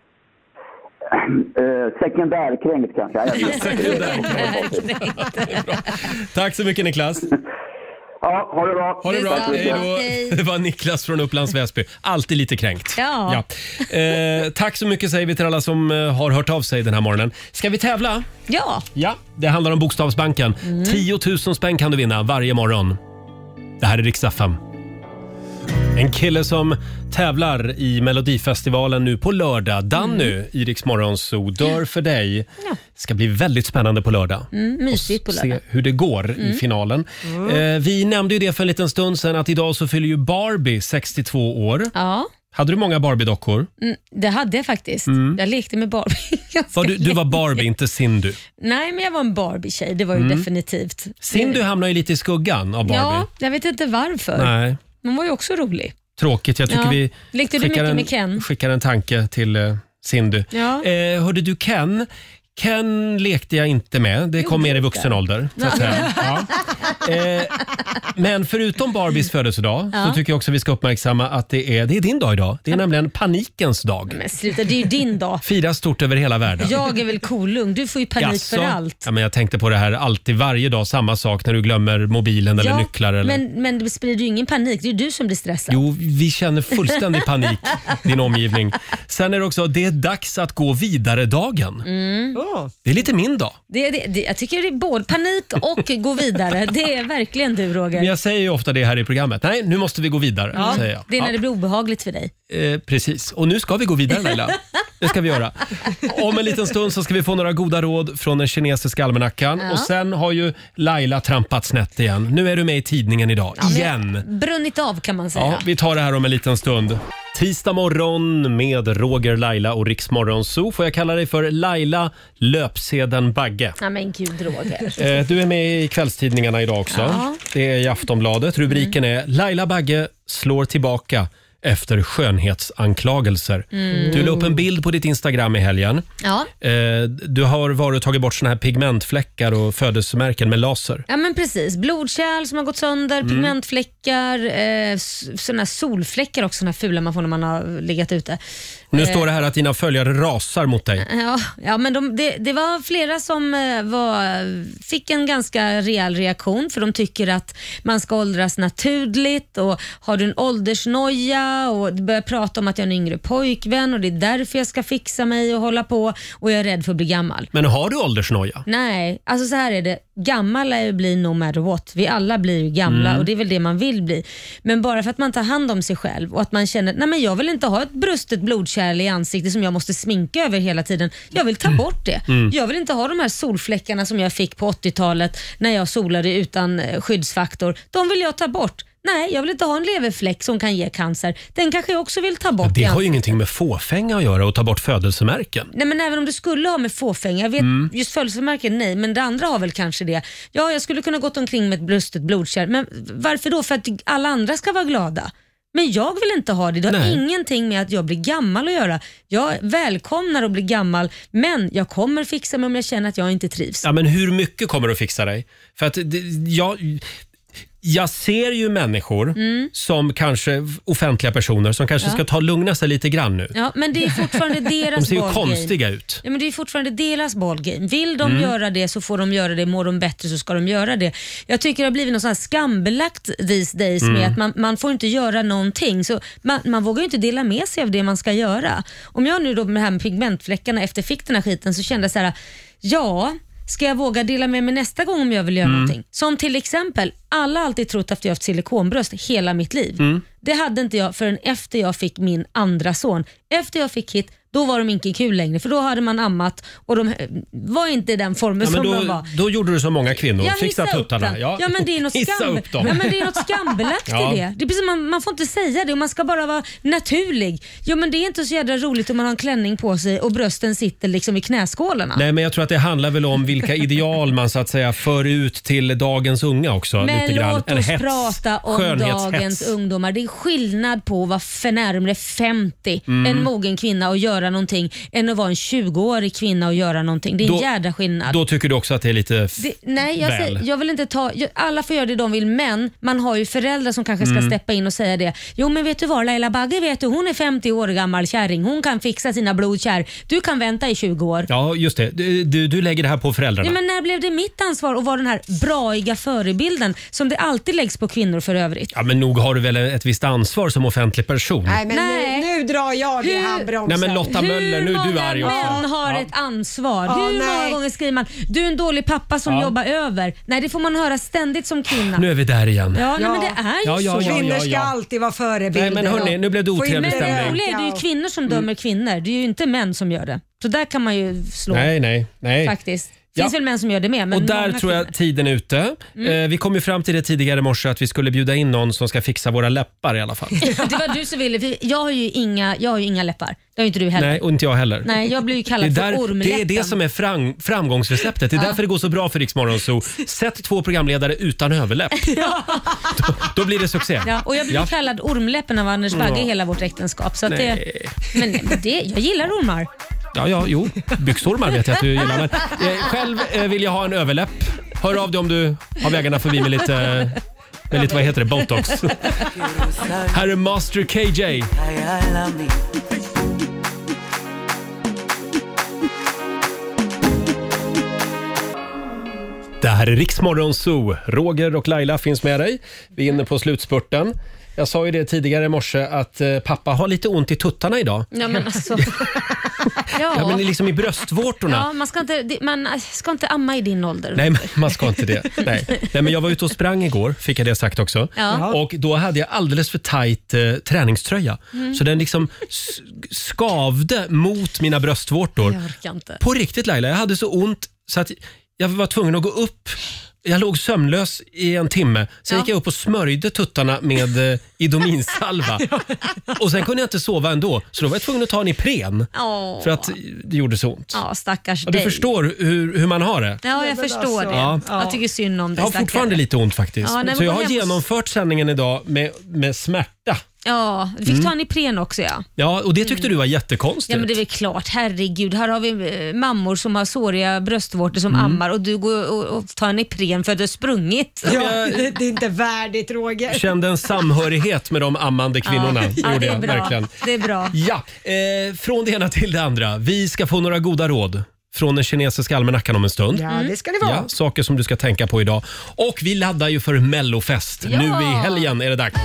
Sekundärkränkt kanske. Tack så mycket Niklas. Ja, ha det bra. Ha det bra. Hej då. Det var Niklas från Upplands Väsby. Alltid lite kränkt. Ja. Tack så mycket säger vi till alla som har hört av sig den här morgonen. Ska vi tävla? Ja. Det handlar om Bokstavsbanken. 10 000 spänn kan du vinna varje morgon. Det här är Rix FM. En kille som tävlar i Melodifestivalen nu på lördag. Danny i Rix Morgonzoo, Dör för dig. Ja. Ska bli väldigt spännande på lördag. Mysigt på lördag. Se hur det går i finalen. Vi nämnde ju det för en liten stund sedan att idag så fyller ju Barbie 62 år. Ja. Hade du många Barbie-dockor? Det hade jag faktiskt. Jag lekte med Barbie. Du var Barbie, inte Cindy. Nej, men jag var en Barbie-tjej. Det var ju definitivt. Cindy hamnar ju lite i skuggan av Barbie. Ja, jag vet inte varför. Nej. Man var ju också rolig. Tråkigt. Jag tycker vi lekte du mycket med Ken? Skickar en tanke till Cindy. Ja. Hörde du Ken lekte jag inte med. Det kom mer i vuxen ålder. Så att säga. Ja. Men förutom Barbies födelsedag så tycker jag också vi ska uppmärksamma att det är din dag idag. Det är nämligen panikens dag. Men sluta, det är ju din dag. Firas stort över hela världen. Jag är väl coolung. Du får ju panik för allt. Ja, men jag tänkte på det här alltid varje dag. Samma sak när du glömmer mobilen eller nycklar. Eller... Men det sprider ju ingen panik. Det är ju du som blir stressad. Jo, vi känner fullständig panik din omgivning. Sen är det också, det är dags att gå vidare-dagen. Det är lite min dag. Jag tycker det är både panik och gå vidare. Det är verkligen du, Roger. Men jag säger ju ofta det här i programmet. Nej, nu måste vi gå vidare, säger jag. Det är när det blir obehagligt för dig. Precis. Och nu ska vi gå vidare, Laila. Det ska vi göra. Om en liten stund så ska vi få några goda råd från den kinesiska almanackan. Och sen har ju Laila trampat snett igen. Nu är du med i tidningen idag. Igen. Brunnit av kan man säga. Ja, vi tar det här om en liten stund. Tisdag morgon med Roger, Laila och Rix Morgonzoo. Får jag kalla dig för Laila Löpsedeln Bagge? Ja, men gud, Roger. Du är med i kvällstidningarna idag också. Ja. Det är i Aftonbladet. Rubriken är Laila Bagge slår tillbaka efter skönhetsanklagelser. Du la upp en bild på ditt Instagram i helgen. Ja. Du har varit och tagit bort såna här pigmentfläckar och födelsemärken med laser. Ja, men precis. Blodkärl som har gått sönder, pigmentfläckar, såna solfläckar också, såna fula man får när man har legat ute. Nu står det här att dina följare rasar mot dig. Ja, men det var flera som fick en ganska rejäl reaktion, för de tycker att man ska åldras naturligt, och har du en åldersnoja och börjar prata om att jag är en yngre pojkvän och det är därför jag ska fixa mig och hålla på, och jag är rädd för att bli gammal. Men har du åldersnoja? Nej, alltså så här är det. Gammal är ju bli no matter what. Vi alla blir ju gamla och det är väl det man vill bli. Men bara för att man tar hand om sig själv och att man känner, nej men jag vill inte ha ett brustet blodkärl i ansiktet som jag måste sminka över hela tiden. Jag vill ta bort det. Jag vill inte ha de här solfläckarna som jag fick på 80-talet när jag solade utan skyddsfaktor. De vill jag ta bort. Nej, jag vill inte ha en leverfläck som kan ge cancer. Den kanske jag också vill ta bort. Det har ju ingenting med fåfänga att göra och ta bort födelsemärken. Nej, men även om det skulle ha med fåfänga. Jag vet, just födelsemärken, nej. Men det andra har väl kanske det. Ja, jag skulle kunna gått omkring med ett brustet blodkärl. Men varför då? För att alla andra ska vara glada. Men jag vill inte ha det. Det har ingenting med att jag blir gammal att göra. Jag välkomnar att bli gammal, men jag kommer fixa mig om jag känner att jag inte trivs. Ja, men hur mycket kommer du att fixa dig? För att jag ser ju människor som kanske offentliga personer som kanske ska ta lugna sig lite grann nu. Ja, men det är fortfarande deras de ser ju ballgame. konstiga ut. Ja, men det är fortfarande deras ballgame. Vill de göra det så får de göra det. Mår de bättre så ska de göra det. Jag tycker det har blivit något sånt här skambelagt these days med att man får inte göra någonting. Så man vågar ju inte dela med sig av det man ska göra. Om jag nu då med det här med pigmentfläckarna efter fick den här skiten, så kände jag så här, ska jag våga dela med mig nästa gång om jag vill göra någonting? Som till exempel, alla har alltid trott att jag har haft silikonbröst hela mitt liv. Det hade inte jag förrän efter jag fick min andra son. Efter jag fick hit, då var de inte kul längre, för då hade man ammat och de var inte i den formen som de var. Då gjorde du som många kvinnor, fixa tuttarna. Ja, men det är något skambelagt i det. Det är precis, man får inte säga det och man ska bara vara naturlig. Ja, men det är inte så jävla roligt om man har en klänning på sig och brösten sitter liksom i knäskålarna. Nej, men jag tror att det handlar väl om vilka ideal man så att säga för ut till dagens unga också. Men lite grann. låt oss prata om dagens ungdomar. Det är skillnad på att vara för närmare 50 en mogen kvinna och göra någonting än att vara en 20-årig kvinna och göra någonting. Det är en jävla skillnad. Då tycker du också att det är lite nej, jag vill inte alla får göra det de vill, men man har ju föräldrar som kanske ska steppa in och säga det. Jo, men vet du vad, Laila Bagge, vet du, hon är 50 år gammal kärring. Hon kan fixa sina blodkärr. Du kan vänta i 20 år. Ja, just det. Du lägger det här på föräldrarna. Ja, men när blev det mitt ansvar att vara den här braiga förebilden som det alltid läggs på kvinnor för övrigt? Ja, men nog har du väl ett visst ansvar som offentlig person. Nej, men nu drar jag i handbromsen. Nej, men Lotta Möller, nu är du arg också. Hur många män har ett ansvar? Hur många gånger skriver man du är en dålig pappa som jobbar över? Nej, det får man höra ständigt som kvinna. Nu är vi där igen. Ja, nej, men det är ju så. Kvinnor ska alltid vara förebilder. Nej, men hörni, nu blev det otrevlig stämning. Det är ju kvinnor som dömer kvinnor. Det är ju inte män som gör det. Så där kan man ju slå. Nej. Faktiskt. Det finns väl män som gör det med. Men och där tror jag tiden är ute. Vi kom ju fram till det tidigare i morse att vi skulle bjuda in någon som ska fixa våra läppar i alla fall. Det var du som ville. För jag har ju inga läppar. Det har ju inte du heller. Nej, och inte jag heller. Nej, jag blir ju kallad för ormläppen. Det är det som är framgångsreceptet. Det är därför det går så bra för Rix Morgon Zoo. Sätt 2 programledare utan överläpp. Då blir det succé. Ja, och jag blir kallad ormläppen av Anders Bagge i hela vårt äktenskap. Så att jag gillar ormar. Jo. Byxormar vet jag att du gillar. Men, själv vill jag ha en överläpp. Hör av dig om du har vägarna förbi med lite vad heter det, botox. Här är Master KJ. Det här är Rix Morgon Zoo. Roger och Laila finns med dig. Vi är inne på slutspurten. Jag sa ju det tidigare i morse att pappa har lite ont i tuttarna idag. Ja, men alltså. Ja, men liksom i bröstvårtorna. Ja, man ska inte amma i din ålder. Nej, man ska inte det. Nej, men jag var ute och sprang igår, fick jag det sagt också. Ja. Och då hade jag alldeles för tajt träningströja. Så den liksom skavde mot mina bröstvårtor. Jag orkar inte. På riktigt, Laila, jag hade så ont så att jag var tvungen att gå upp. Jag låg sömnlös i en timme. Sen gick jag upp och smörjde tuttarna med Idominsalva. Och sen kunde jag inte sova ändå. Så då var jag tvungen att ta en Ipren. För att det gjorde så ont. Ja, stackars och du förstår hur man har det. Ja, jag förstår det. Ja. Jag tycker synd om det. Jag har fortfarande lite ont faktiskt. Ja, så jag har genomfört sändningen idag med smärta. Ja, du fick ta en Ipren också, ja. Ja, och det tyckte du var jättekonstigt. Ja, men det är väl klart. Herregud, här har vi mammor som har såriga bröstvårtor som ammar och du går och tar en Ipren för att du har sprungit. Ja, det är inte värdigt, Roger. Kände en samhörighet med de ammande kvinnorna. Ja, det är bra. Verkligen. Det är bra. Ja, från det ena till det andra. Vi ska få några goda råd från den kinesiska almanackan om en stund. Ja, det ska det vara. Ja, saker som du ska tänka på idag. Och vi laddar ju för Mellofest. Ja. Nu i helgen är det dags.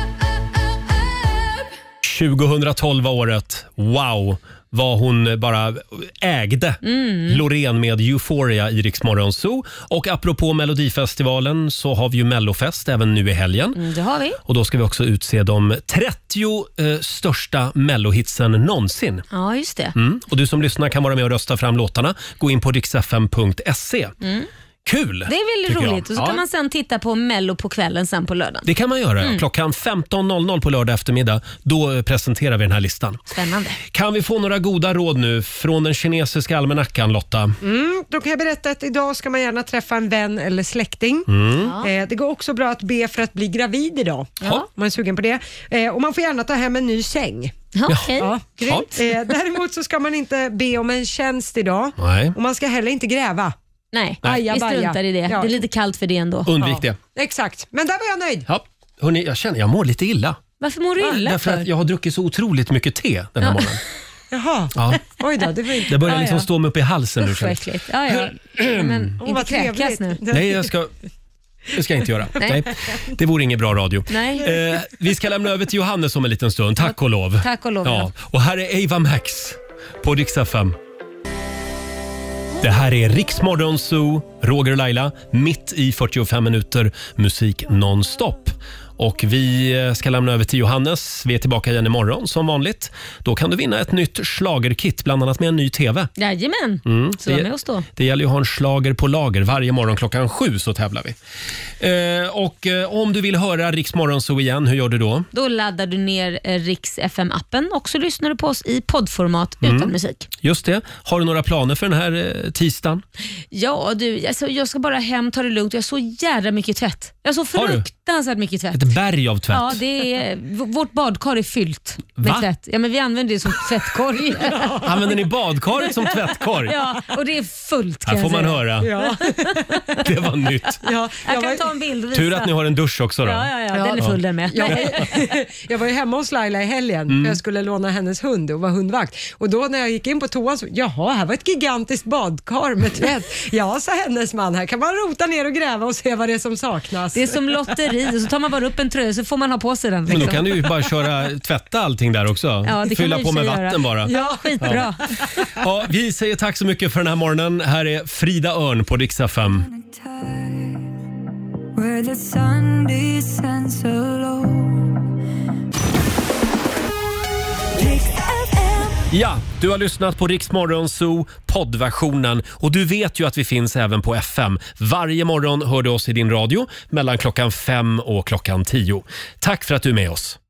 2012 var året. Wow, vad hon bara ägde Loreen med Euphoria i Rix Morgon Zoo. Och apropå Melodifestivalen så har vi ju Mellofest även nu i helgen. Det har vi. Och då ska vi också utse de 30 största Mellohitsen någonsin. Ja, just det. Och du som lyssnar kan vara med och rösta fram låtarna. Gå in på riksfm.se. Kul! Det är väldigt roligt. Och så kan man sen titta på Mello på kvällen sen på lördagen. Det kan man göra. Klockan 15.00 på lördag eftermiddag. Då presenterar vi den här listan. Spännande. Kan vi få några goda råd nu från den kinesiska almanackan, Lotta? Då kan jag berätta att idag ska man gärna träffa en vän eller släkting. Det går också bra att be för att bli gravid idag. Ja. Om man är sugen på det. Och man får gärna ta hem en ny säng. Okej. Ja, grymt. Däremot så ska man inte be om en tjänst idag. Nej. Och man ska heller inte gräva. Nej, Aja, vi struntar i det. Ja. Det är lite kallt för det ändå. Undvik det. Exakt, men där var jag nöjd. Ja. Hörrni, jag mår lite illa. Varför mår du illa Därför att jag har druckit så otroligt mycket te den här morgonen. Jaha, Ja. oj då. Det var inte... Det börjar liksom stå mig upp i halsen nu. Usch, vad äckligt. Ja. Men inte vad kräkas nu. Nej, det ska jag inte göra. Nej. Det vore ingen bra radio. Nej. Vi ska lämna över till Johannes om en liten stund. Tack och lov. Tack och lov. Ja. Och här är Ava Max på Rix FM. Det här är Riksmorgon Zoo, Roger och Laila, mitt i 45 minuter musik nonstop. Och vi ska lämna över till Johannes. Vi är tillbaka igen imorgon som vanligt. Då kan du vinna ett nytt schlagerkit, bland annat med en ny TV. Jajamän, så var med oss då. Det gäller ju att ha en schlager på lager. Varje morgon 7:00 så tävlar vi. Och om du vill höra Riksmorgon så igen, hur gör du då? Då laddar du ner Riks FM-appen och så lyssnar du på oss i poddformat utan musik. Just det. Har du några planer för den här tisdagen? Ja, du, alltså, jag ska bara hem, ta det lugnt. Jag har så jävla mycket tvätt. Jag har så fruktansvärt mycket tvätt. Ett berg av tvätt. Ja, vårt badkar är fyllt med tvätt. Ja, men vi använder det som tvättkorg. Använder ni badkaret som tvättkorg? Ja, och det är fullt. Här får man höra. Ja. Det var nytt. Ja, jag kan ta en bild och visa. Tur att ni har en dusch också då. Ja, den är full den med. Jag var ju hemma hos Laila i helgen för jag skulle låna hennes hund och var hundvakt. Och då när jag gick in på toan så, jaha, här var ett gigantiskt badkar med tvätt. Ja, sa hennes man, här kan man rota ner och gräva och se vad det är som saknas. Det är som lotteri, och så tar man bara upp en tröja så får man ha på sig den. Men då kan du ju bara tvätta allting där också. Ja, det fylla kan på med vatten göra. bara. Ja, skitbra. Ja, vi säger tack så mycket för den här morgonen. Här är Frida Örn på Rix FM. Where the sun descends alone. Ja, du har lyssnat på Riksmorgon Zoo poddversionen och du vet ju att vi finns även på FM. Varje morgon hör du oss i din radio mellan 5:00 och 10:00. Tack för att du är med oss.